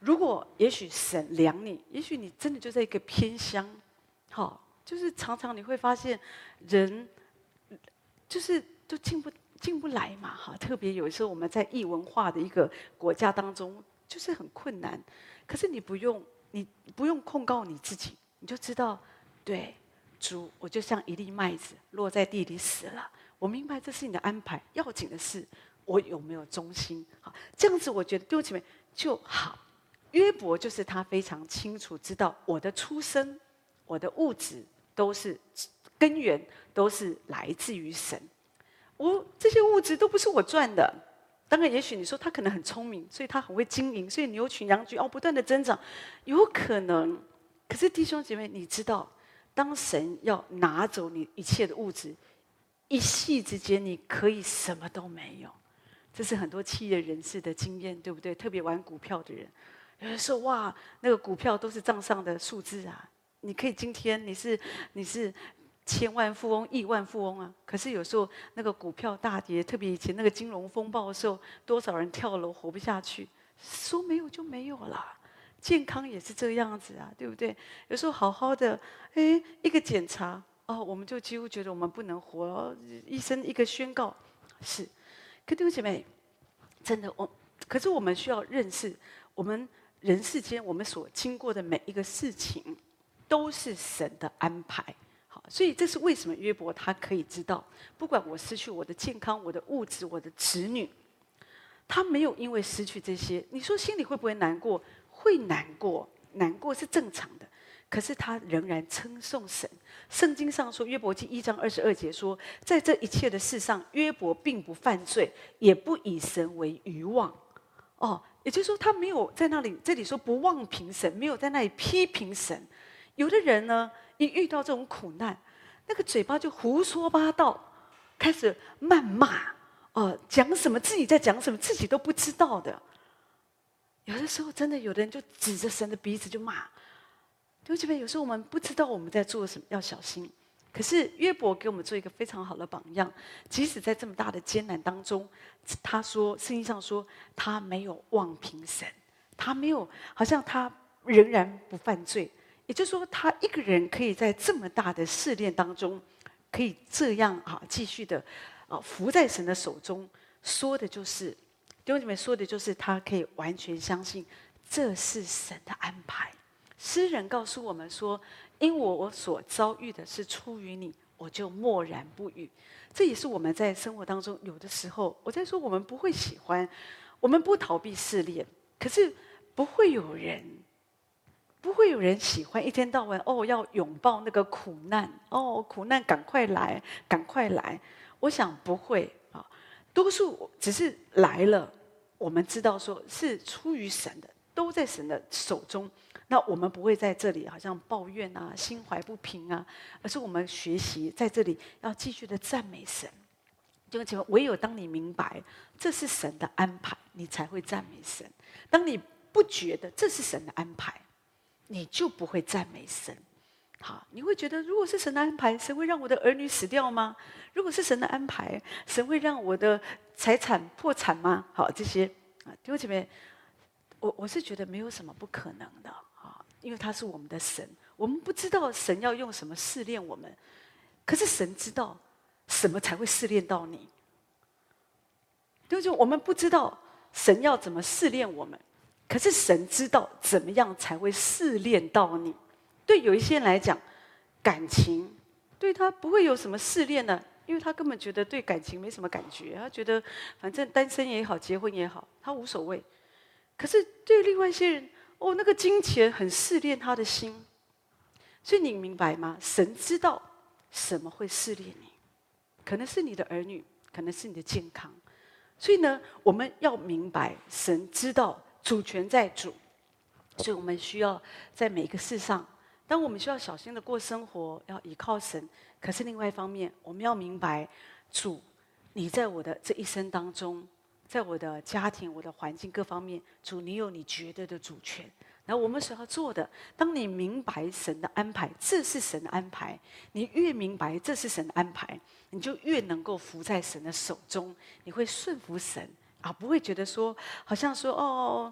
如果也许神量你，也许你真的就在一个偏乡，好，就是常常你会发现人就是就进不进不来嘛，哈，特别有时候我们在异文化的一个国家当中，就是很困难。可是你不用你不用控告你自己，你就知道，对，主，我就像一粒麦子落在地里死了，我明白这是你的安排，要紧的是我有没有忠心。好，这样子我觉得弟兄姐妹就好。约伯就是他非常清楚知道我的出生，我的物质都是根源，都是来自于神。我这些物质都不是我赚的。当然，也许你说他可能很聪明，所以他很会经营，所以牛群羊群哦不断的增长，有可能。可是弟兄姐妹，你知道，当神要拿走你一切的物质，一夕之间你可以什么都没有。这是很多企业人士的经验，对不对？特别玩股票的人。有人说：“哇，那个股票都是账上的数字啊！你可以今天你是你是千万富翁、亿万富翁啊！可是有时候那个股票大跌，特别以前那个金融风暴的时候，多少人跳楼活不下去？说没有就没有了。健康也是这样子啊，对不对？有时候好好的，哎，一个检查哦，我们就几乎觉得我们不能活了。医生一个宣告，是。可弟兄姐妹，真的我，可是我们需要认识我们。”人世间，我们所经过的每一个事情，都是神的安排。好，所以这是为什么约伯他可以知道，不管我失去我的健康、我的物质、我的子女，他没有因为失去这些，你说心里会不会难过？会难过，难过是正常的。可是他仍然称颂神。圣经上说，约伯记一章二十二节说，在这一切的事上，约伯并不犯罪，也不以神为愚妄。哦。也就是说，他没有在那里，这里说不忘评神，没有在那里批评神。有的人呢，一遇到这种苦难，那个嘴巴就胡说八道，开始谩骂，哦、呃，讲什么自己在讲什么，自己都不知道的。有的时候，真的有的人就指着神的鼻子就骂。弟兄姐妹，有时候我们不知道我们在做什么，要小心。可是约伯给我们做一个非常好的榜样，即使在这么大的艰难当中，他说圣经上说他没有忘评神，他没有，好像他仍然不犯罪。也就是说，他一个人可以在这么大的试炼当中，可以这样啊继续的啊服在神的手中，说的就是弟兄姐妹说的就是他可以完全相信这是神的安排。诗人告诉我们说，因我我所遭遇的是出于你，我就默然不语。这也是我们在生活当中有的时候，我在说我们不会喜欢，我们不逃避试炼，可是不会有人，不会有人喜欢一天到晚哦要拥抱那个苦难，哦苦难赶快来，赶快来。我想不会啊，多数只是来了，我们知道说是出于神的，都在神的手中。那我们不会在这里好像抱怨啊、心怀不平啊，而是我们学习在这里要继续的赞美神。弟兄姐妹，唯有当你明白这是神的安排，你才会赞美神。当你不觉得这是神的安排，你就不会赞美神。好，你会觉得如果是神的安排，神会让我的儿女死掉吗？如果是神的安排，神会让我的财产破产吗？好，这些啊，弟兄姐妹，我我是觉得没有什么不可能的。因为他是我们的神，我们不知道神要用什么试炼我们，可是神知道什么才会试炼到你。就是我们不知道神要怎么试炼我们，可是神知道怎么样才会试炼到你。对有一些人来讲，感情对他不会有什么试炼呢，因为他根本觉得对感情没什么感觉，他觉得反正单身也好，结婚也好，他无所谓。可是对另外一些人，哦，那个金钱很试炼他的心，所以你明白吗？神知道什么会试炼你，可能是你的儿女，可能是你的健康。所以呢，我们要明白，神知道主权在主，所以我们需要在每一个事上，当我们需要小心的过生活，要依靠神。可是另外一方面，我们要明白，主，你在我的这一生当中。在我的家庭、我的环境各方面，主，你有你绝对的主权。然后我们所要做的，当你明白神的安排，这是神的安排，你越明白这是神的安排，你就越能够服在神的手中，你会顺服神啊，不会觉得说，好像说哦，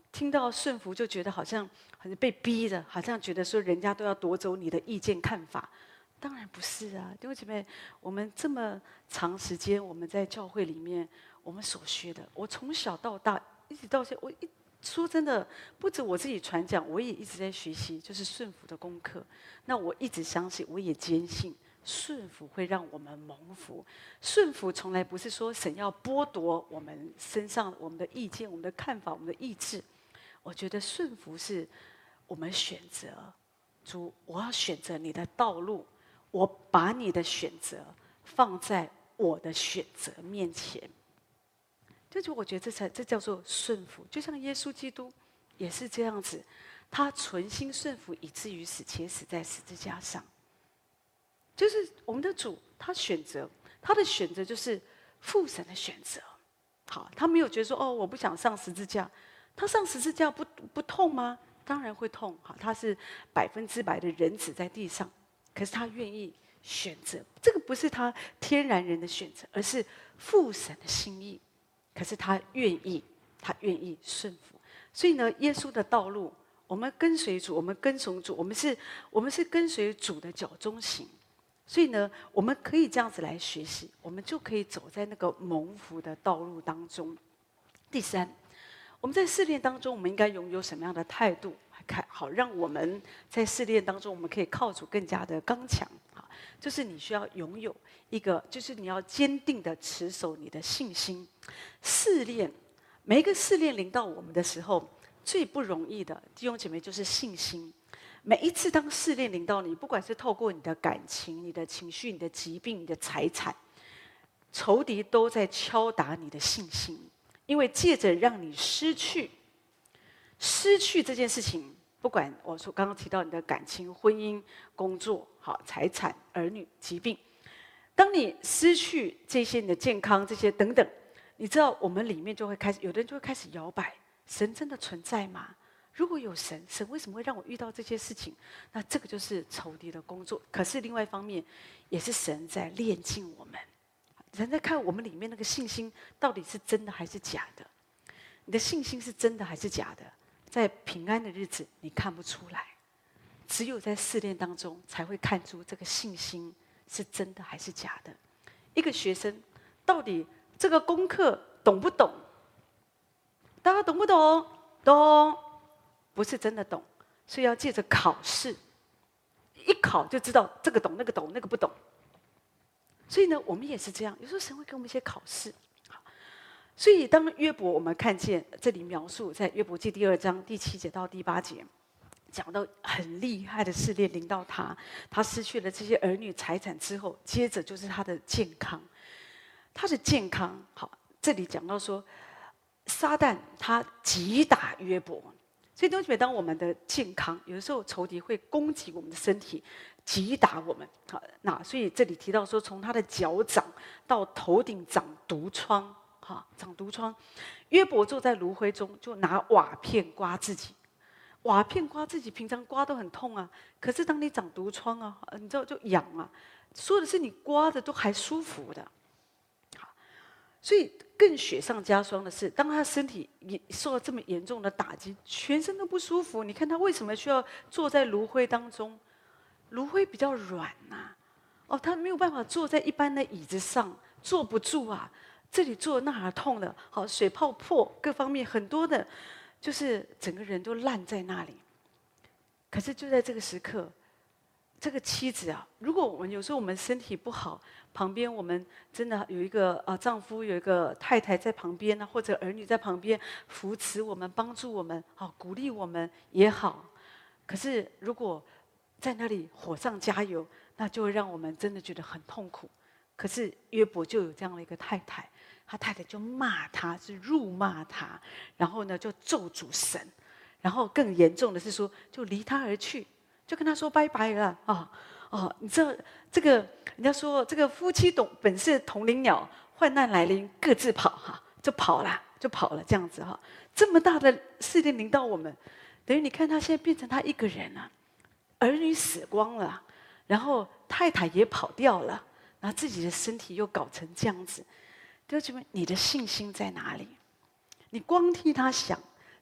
听到顺服就觉得好像好像被逼的，好像觉得说人家都要夺走你的意见看法。当然不是啊，弟兄姐妹，我们这么长时间我们在教会里面，我们所学的，我从小到大一直到现在，我一说真的，不止我自己传讲，我也一直在学习，就是顺服的功课。那我一直相信，我也坚信，顺服会让我们蒙福。顺服从来不是说神要剥夺我们身上我们的意见、我们的看法、我们的意志。我觉得顺服是我们选择，主，我要选择你的道路。我把你的选择放在我的选择面前，这就我觉得这才这叫做顺服。就像耶稣基督也是这样子，他存心顺服，以至于死，且死在十字架上。就是我们的主，他选择，他的选择就是父神的选择。好，他没有觉得说哦，我不想上十字架，他上十字架不不痛吗？当然会痛。好，他是百分之百的人子在地上。可是他愿意选择，这个不是他天然人的选择，而是父神的心意。可是他愿意，他愿意顺服。所以呢，耶稣的道路，我们跟随主，我们跟从主，我们是，我们是跟随主的脚中行。所以呢，我们可以这样子来学习，我们就可以走在那个蒙福的道路当中。第三，我们在试炼当中，我们应该拥有什么样的态度？看好，让我们在试炼当中，我们可以靠主更加的刚强。啊，就是你需要拥有一个，就是你要坚定的持守你的信心。试炼，每一个试炼临到我们的时候，最不容易的弟兄姐妹就是信心。每一次当试炼临到你，不管是透过你的感情、你的情绪、你的疾病、你的财产，仇敌都在敲打你的信心，因为借着让你失去。失去这件事情，不管我说刚刚提到你的感情、婚姻、工作、好财产、儿女、疾病，当你失去这些你的健康这些等等，你知道我们里面就会开始，有的人就会开始摇摆：神真的存在吗？如果有神，神为什么会让我遇到这些事情？那这个就是仇敌的工作。可是另外一方面，也是神在炼净我们，神在看我们里面那个信心到底是真的还是假的。你的信心是真的还是假的？在平安的日子，你看不出来；只有在试炼当中，才会看出这个信心是真的还是假的。一个学生到底这个功课懂不懂？大家懂不懂？懂，不是真的懂，所以要借着考试，一考就知道这个懂，那个懂，那个不懂。所以呢，我们也是这样，有时候神会给我们一些考试。所以，当约伯我们看见这里描述，在约伯记第二章第七节到第八节，讲到很厉害的试炼临到他，他失去了这些儿女财产之后，接着就是他的健康。他的健康，好，这里讲到说，撒旦他击打约伯，所以弟兄姐妹，当我们的健康，有的时候仇敌会攻击我们的身体，击打我们。好，那所以这里提到说，从他的脚掌到头顶长毒疮。哈，长毒疮，约伯坐在炉灰中，就拿瓦片刮自己。瓦片刮自己，平常刮都很痛啊，可是当你长毒疮啊，你知道就痒啊。说的是你刮的都还舒服的。好，所以更雪上加霜的是，当他身体也受到这么严重的打击，全身都不舒服。你看他为什么需要坐在炉灰当中？炉灰比较软呐、啊，哦，他没有办法坐在一般的椅子上，坐不住啊。这里做那儿痛的，好水泡破，各方面很多的，就是整个人都烂在那里。可是就在这个时刻，这个妻子啊，如果我们有时候我们身体不好，旁边我们真的有一个啊、呃、丈夫有一个太太在旁边呢，或者儿女在旁边扶持我们、帮助我们、好鼓励我们也好。可是如果在那里火上加油，那就会让我们真的觉得很痛苦。可是约伯就有这样的一个太太。他太太就骂他，是辱骂他，然后呢就咒诅神，然后更严重的是说，就离他而去，就跟他说拜拜了啊哦，你知道这个人家说这个夫妻同本是同林鸟，患难来临各自跑哈，就跑了就跑了这样子哈，这么大的试炼临到我们，等于你看他现在变成他一个人了，儿女死光了，然后太太也跑掉了，然后自己的身体又搞成这样子。弟兄姐妹，你的信心在哪里？你光替他想，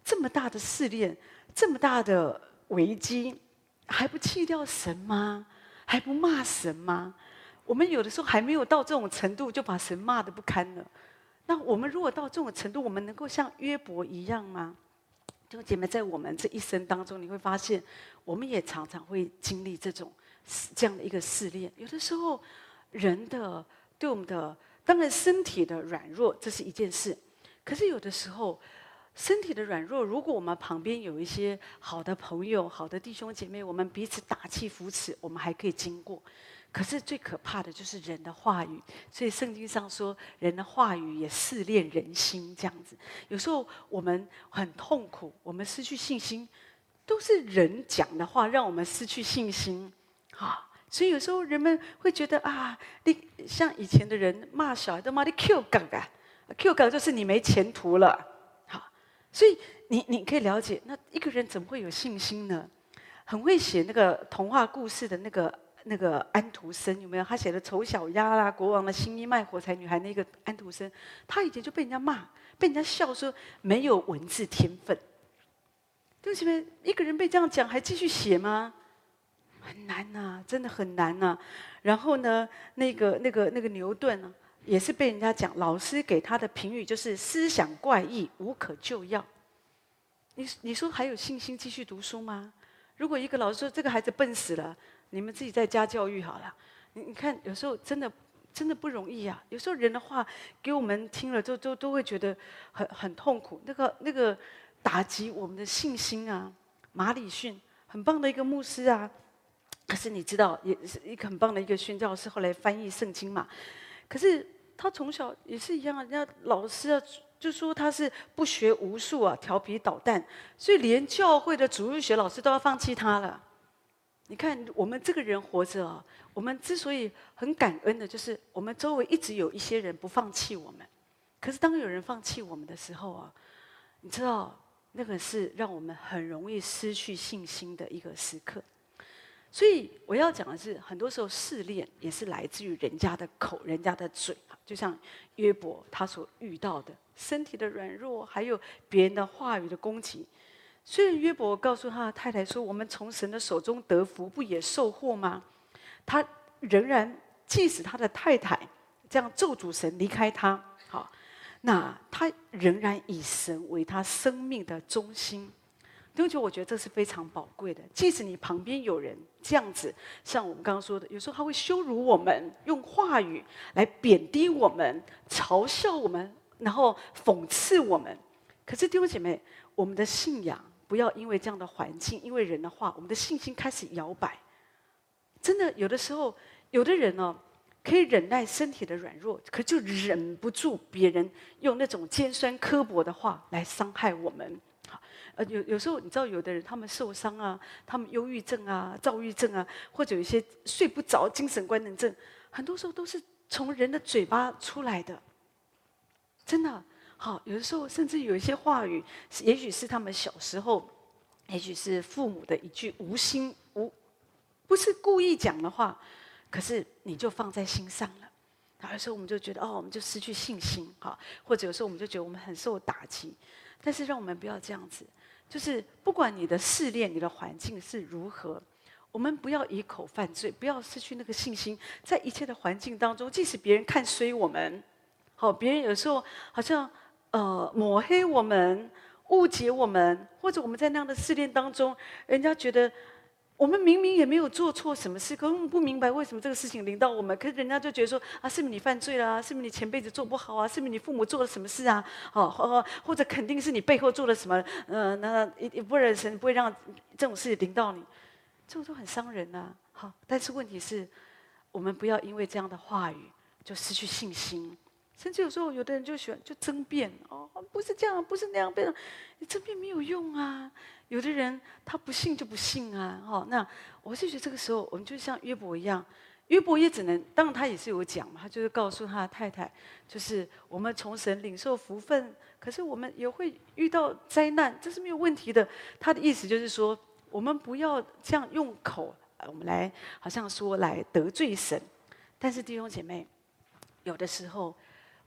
这么大的试炼，这么大的危机，还不弃掉神吗？还不骂神吗？我们有的时候还没有到这种程度，就把神骂得不堪了。那我们如果到这种程度，我们能够像约伯一样吗？弟兄姐妹，在我们这一生当中，你会发现，我们也常常会经历这种这样的一个试炼。有的时候，人的对我们的，当然身体的软弱，这是一件事。可是有的时候，身体的软弱，如果我们旁边有一些好的朋友、好的弟兄姐妹，我们彼此打气扶持，我们还可以经过。可是最可怕的就是人的话语，所以圣经上说，人的话语也试炼人心，这样子。有时候我们很痛苦，我们失去信心，都是人讲的话让我们失去信心啊。所以有时候人们会觉得啊，你像以前的人骂小孩都骂你 Q 杠啊 ，Q 杠就是你没前途了。好，所以你你可以了解，那一个人怎么会有信心呢？很会写那个童话故事的那个。那个安徒生有没有？他写的《丑小鸭》啦，《国王的新衣》卖火柴女孩那个安徒生，他以前就被人家骂，被人家笑说没有文字天分。对不起，一个人被这样讲，还继续写吗？很难呐、啊，真的很难呐、啊。然后呢，那个那个那个牛顿呢、啊，也是被人家讲，老师给他的评语就是思想怪异，无可救药。你你说还有信心继续读书吗？如果一个老师说这个孩子笨死了，你们自己在家教育好了。你你看，有时候真的真的不容易啊。有时候人的话给我们听了，都都都会觉得很很痛苦。那个那个打击我们的信心啊。马礼逊很棒的一个牧师啊，可是你知道，也是一个很棒的一个宣教师，后来翻译圣经嘛。可是他从小也是一样，人家老师啊。就说他是不学无术啊，调皮捣蛋，所以连教会的主日学老师都要放弃他了。你看，我们这个人活着啊，我们之所以很感恩的，就是我们周围一直有一些人不放弃我们。可是当有人放弃我们的时候啊，你知道，那个是让我们很容易失去信心的一个时刻。所以我要讲的是，很多时候试炼也是来自于人家的口、人家的嘴。就像约伯他所遇到的身体的软弱，还有别人的话语的攻击。虽然约伯告诉他的太太说：“我们从神的手中得福，不也受祸吗？”他仍然，即使他的太太这样咒诅神离开他，好，那他仍然以神为他生命的中心。弟兄姐妹，我觉得这是非常宝贵的。即使你旁边有人这样子，像我们刚刚说的，有时候他会羞辱我们，用话语来贬低我们、嘲笑我们，然后讽刺我们。可是弟兄姐妹，我们的信仰不要因为这样的环境，因为人的话，我们的信心开始摇摆。真的，有的时候，有的人哦，可以忍耐身体的软弱，可就忍不住别人用那种尖酸刻薄的话来伤害我们。呃，有有时候你知道，有的人他们受伤啊，他们忧郁症啊、躁郁症啊，或者有一些睡不着、精神官能症，很多时候都是从人的嘴巴出来的。真的，好，有的时候甚至有一些话语，也许是他们小时候，也许是父母的一句无心无，不是故意讲的话，可是你就放在心上了。有时候我们就觉得哦，我们就失去信心，哈，或者有时候我们就觉得我们很受打击。但是让我们不要这样子。就是不管你的试炼、你的环境是如何，我们不要以口犯罪，不要失去那个信心。在一切的环境当中，即使别人看衰我们，好，别人有时候好像呃抹黑我们、误解我们，或者我们在那样的试炼当中，人家觉得我们明明也没有做错什么事，可是我们不明白为什么这个事情临到我们，可是人家就觉得说啊，是不是你犯罪了、啊？是不是你前辈子做不好啊？是不是你父母做了什么事啊？哦，或者肯定是你背后做了什么？呃，那不然神不会让这种事临到你，这种都很伤人呐、啊。好，但是问题是，我们不要因为这样的话语就失去信心。甚至有时候有的人就喜欢就争辩哦，不是这样，不是那样，变你争辩没有用啊。有的人他不信就不信啊，哈、哦。那我是觉得这个时候，我们就像约伯一样，约伯也只能，当然他也是有讲嘛，他就是告诉他的太太，就是我们从神领受福分，可是我们也会遇到灾难，这是没有问题的。他的意思就是说，我们不要这样用口，我们来好像说来得罪神。但是弟兄姐妹，有的时候。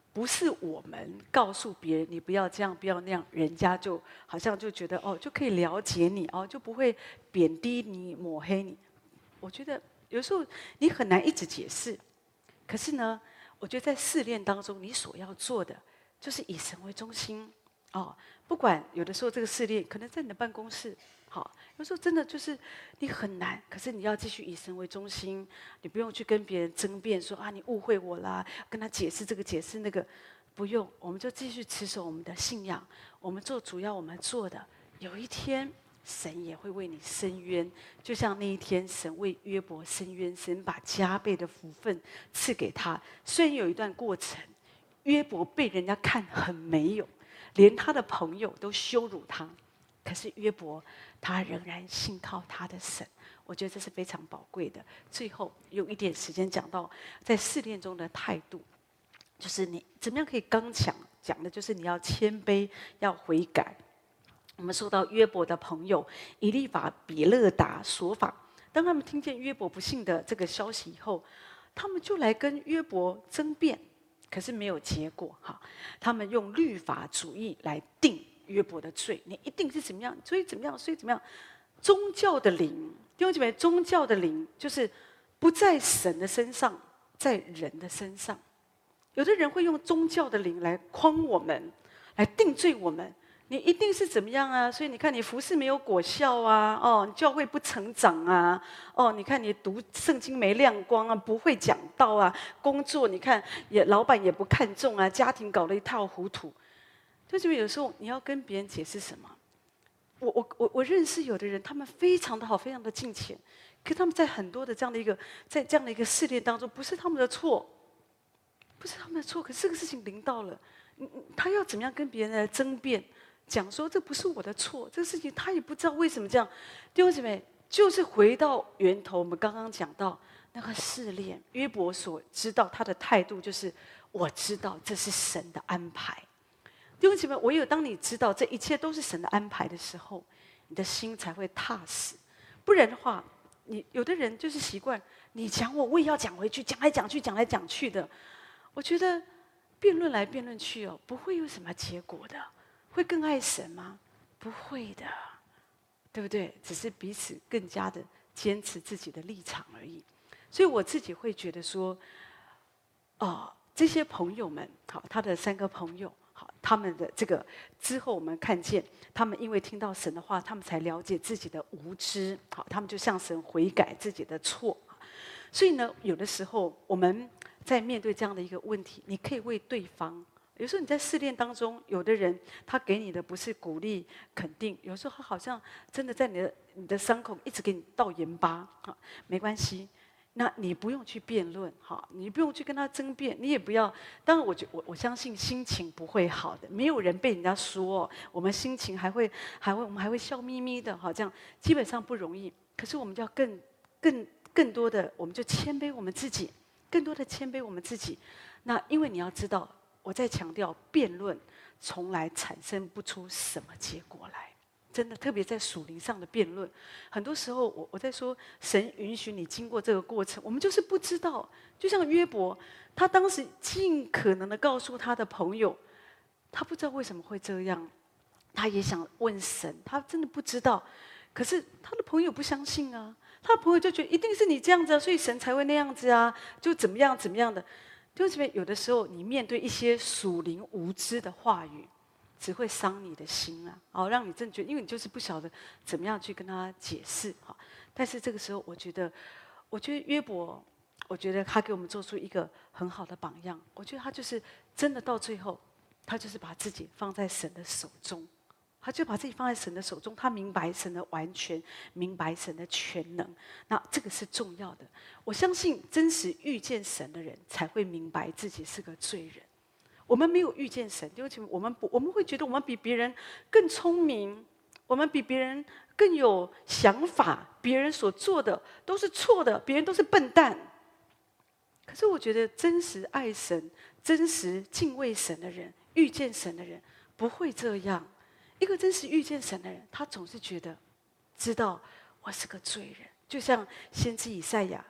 不是我们告诉别人你不要这样不要那样，人家就好像就觉得哦就可以了解你哦，就不会贬低你抹黑你。我觉得有时候你很难一直解释，可是呢，我觉得在试炼当中，你所要做的就是以神为中心哦。不管有的时候这个试炼可能在你的办公室，好，有时候真的就是你很难，可是你要继续以神为中心，你不用去跟别人争辩说啊你误会我啦，跟他解释这个解释那个，不用，我们就继续持守我们的信仰，我们做主要我们做的，有一天神也会为你伸冤，就像那一天神为约伯伸冤，神把加倍的福分赐给他。虽然有一段过程，约伯被人家看很没有，连他的朋友都羞辱他，可是约伯他仍然信靠他的神，我觉得这是非常宝贵的。最后用一点时间讲到在试炼中的态度，就是你怎么样可以刚强，讲的就是你要谦卑，要悔改。我们说到约伯的朋友以利法、比勒达、索法，当他们听见约伯不幸的这个消息以后，他们就来跟约伯争辩，可是没有结果哈。他们用律法主义来定约伯的罪，你一定是怎么样，所以怎么样，所以怎么样。宗教的灵，弟兄姐妹，宗教的灵就是不在神的身上，在人的身上。有的人会用宗教的灵来诓我们，来定罪我们。你一定是怎么样啊？所以你看，你服侍没有果效啊，哦，你教会不成长啊，哦，你看你读圣经没亮光啊，不会讲道啊，工作你看也老板也不看重啊，家庭搞得一塌糊涂。就是有时候你要跟别人解释什么？我我我我认识有的人，他们非常的好，非常的敬虔，可他们在很多的这样的一个在这样的一个试炼当中，不是他们的错，不是他们的错，可是这个事情临到了，他要怎么样跟别人来争辩？讲说这不是我的错，这个事情他也不知道为什么这样。弟兄姐妹，就是回到源头，我们刚刚讲到那个试炼，约伯所知道他的态度就是：我知道这是神的安排。弟兄姐妹，唯有当你知道这一切都是神的安排的时候，你的心才会踏实。不然的话，你有的人就是习惯你讲我，我也要讲回去，讲来讲去，讲来讲去的。我觉得辩论来辩论去哦，不会有什么结果的。会更爱神吗？不会的，对不对？只是彼此更加的坚持自己的立场而已。所以我自己会觉得说，哦，这些朋友们，好，他的三个朋友，好，他们的这个之后，我们看见他们因为听到神的话，他们才了解自己的无知，好，他们就向神悔改自己的错。所以呢，有的时候我们在面对这样的一个问题，你可以为对方。有时候你在试炼当中，有的人他给你的不是鼓励肯定，有时候他好像真的在你的你的伤口一直给你倒盐巴，哈，没关系，那你不用去辩论，哈，你不用去跟他争辩，你也不要。当然我，我我我相信心情不会好的，没有人被人家说，我们心情还会还会我们还会笑眯眯的，哈，这样基本上不容易。可是我们就要更更更多的，我们就谦卑我们自己，更多的谦卑我们自己。那因为你要知道。我在强调，辩论从来产生不出什么结果来，真的，特别在属灵上的辩论，很多时候我我在说，神允许你经过这个过程，我们就是不知道。就像约伯，他当时尽可能的告诉他的朋友，他不知道为什么会这样，他也想问神，他真的不知道，可是他的朋友不相信啊，他的朋友就觉得一定是你这样子啊，所以神才会那样子啊，就怎么样怎么样的。弟兄姐妹，有的时候你面对一些属灵无知的话语，只会伤你的心啊！哦，让你真觉得，因为你就是不晓得怎么样去跟他解释哈。但是这个时候，我觉得，我觉得约伯，我觉得他给我们做出一个很好的榜样。我觉得他就是真的到最后，他就是把自己放在神的手中。他就把自己放在神的手中，他明白神的完全，明白神的全能，那这个是重要的。我相信真实遇见神的人才会明白自己是个罪人。我们没有遇见神，因为我们不，我们会觉得我们比别人更聪明，我们比别人更有想法，别人所做的都是错的，别人都是笨蛋。可是我觉得真实爱神、真实敬畏神的人，遇见神的人不会这样。一个真实遇见神的人，他总是觉得，知道我是个罪人。就像先知以赛亚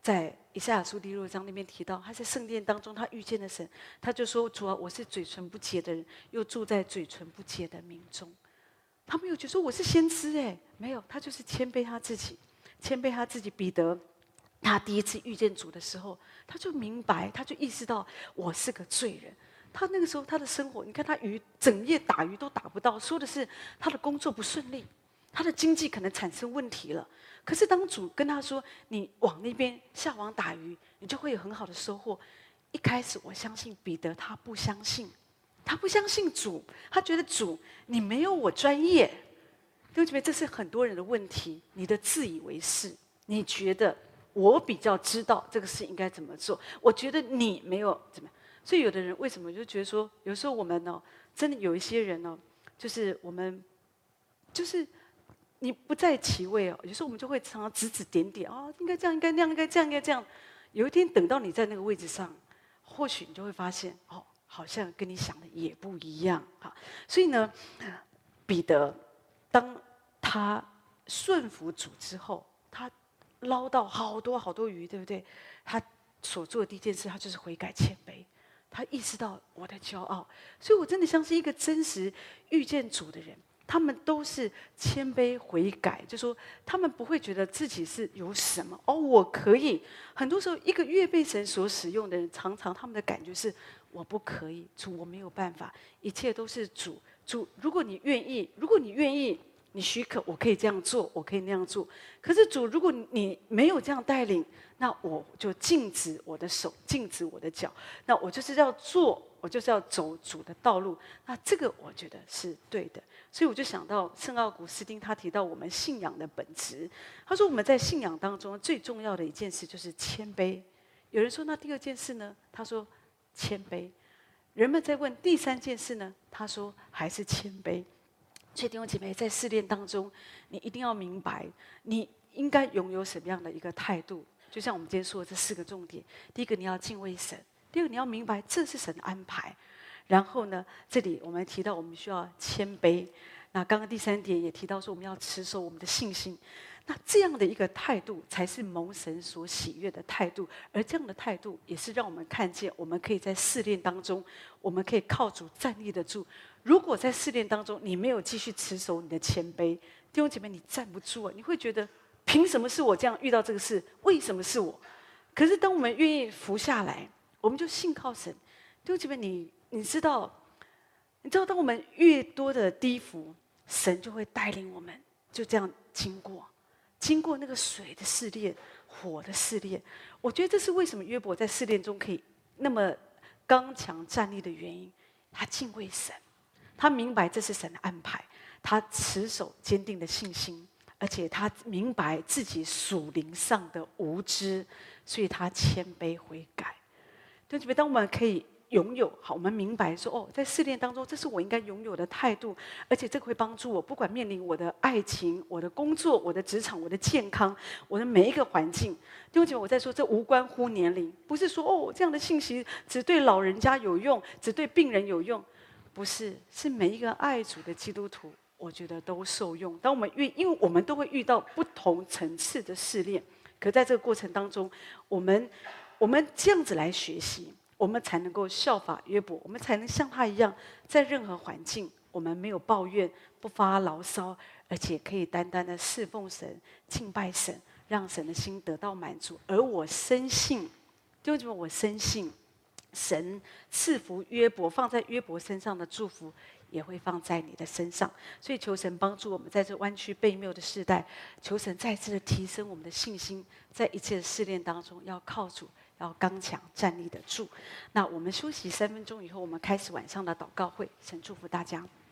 在以赛亚书第六章那边提到，他在圣殿当中，他遇见了神，他就说：“主啊，我是嘴唇不洁的人，又住在嘴唇不洁的民中。”他没有觉得说我是先知哎，没有，他就是谦卑他自己，谦卑他自己。彼得他第一次遇见主的时候，他就明白，他就意识到我是个罪人。他那个时候他的生活，你看他鱼整夜打鱼都打不到，说的是他的工作不顺利，他的经济可能产生问题了。可是当主跟他说：“你往那边下网打鱼，你就会有很好的收获。”一开始我相信彼得他不相信，他不相信主，他觉得主你没有我专业。弟兄姐妹，这是很多人的问题，你的自以为是，你觉得我比较知道这个事应该怎么做，我觉得你没有怎么样。所以有的人为什么就觉得说，有时候我们呢，真的有一些人呢，就是我们就是你不在其位哦，有时候我们就会常常指指点点啊、哦，应该这样，应该那样，应该这样，应该这样。有一天等到你在那个位置上，或许你就会发现，哦，好像跟你想的也不一样哈。所以呢，彼得当他顺服主之后，他捞到好多好多鱼，对不对？他所做的第一件事，他就是悔改谦卑。他意识到我的骄傲，所以我真的相信一个真实遇见主的人，他们都是谦卑悔改，就说他们不会觉得自己是有什么哦，我可以。很多时候，一个越被神所使用的人，常常他们的感觉是我不可以，主我没有办法，一切都是主。主，如果你愿意，如果你愿意，你许可，我可以这样做，我可以那样做。可是主，如果你没有这样带领，那我就禁止我的手，禁止我的脚。那我就是要做，我就是要走主的道路。那这个我觉得是对的。所以我就想到圣奥古斯丁，他提到我们信仰的本质。他说我们在信仰当中最重要的一件事就是谦卑。有人说那第二件事呢？他说谦卑。人们在问第三件事呢？他说还是谦卑。所以弟兄姐妹，在试炼当中，你一定要明白，你应该拥有什么样的一个态度。就像我们今天说的这四个重点：第一个，你要敬畏神；第二个，你要明白这是神的安排；然后呢，这里我们提到我们需要谦卑。那刚刚第三点也提到说，我们要持守我们的信心。那这样的一个态度，才是蒙神所喜悦的态度。而这样的态度，也是让我们看见，我们可以在试炼当中，我们可以靠主站立得住。如果在试炼当中，你没有继续持守你的谦卑，弟兄姐妹，你站不住啊！你会觉得，凭什么是我这样遇到这个事？为什么是我？可是当我们愿意服下来，我们就信靠神。弟兄姐妹，你你知道，你知道，当我们越多的低伏，神就会带领我们，就这样经过，经过那个水的试炼、火的试炼。我觉得这是为什么约伯在试炼中可以那么刚强站立的原因。他敬畏神。他明白这是神的安排，他持守坚定的信心，而且他明白自己属灵上的无知，所以他谦卑悔改。对不对？当我们可以拥有好，我们明白说哦，在试炼当中，这是我应该拥有的态度，而且这个会帮助我，不管面临我的爱情、我的工作、我的职场、我的健康、我的每一个环境。弟兄姐妹，我在说，这无关乎年龄，不是说哦，这样的信息只对老人家有用，只对病人有用。不是，是每一个爱主的基督徒，我觉得都受用。当我们遇，因为我们都会遇到不同层次的试炼，可在这个过程当中，我们我们这样子来学习，我们才能够效法约伯，我们才能像他一样，在任何环境，我们没有抱怨，不发牢骚，而且可以单单的侍奉神、敬拜神，让神的心得到满足。而我深信，弟兄姐妹，我深信。神赐福约伯，放在约伯身上的祝福，也会放在你的身上。所以求神帮助我们，在这弯曲悖谬的时代，求神再次的提升我们的信心，在一切的试炼当中，要靠主，要刚强站立得住。那我们休息三分钟以后，我们开始晚上的祷告会。神祝福大家。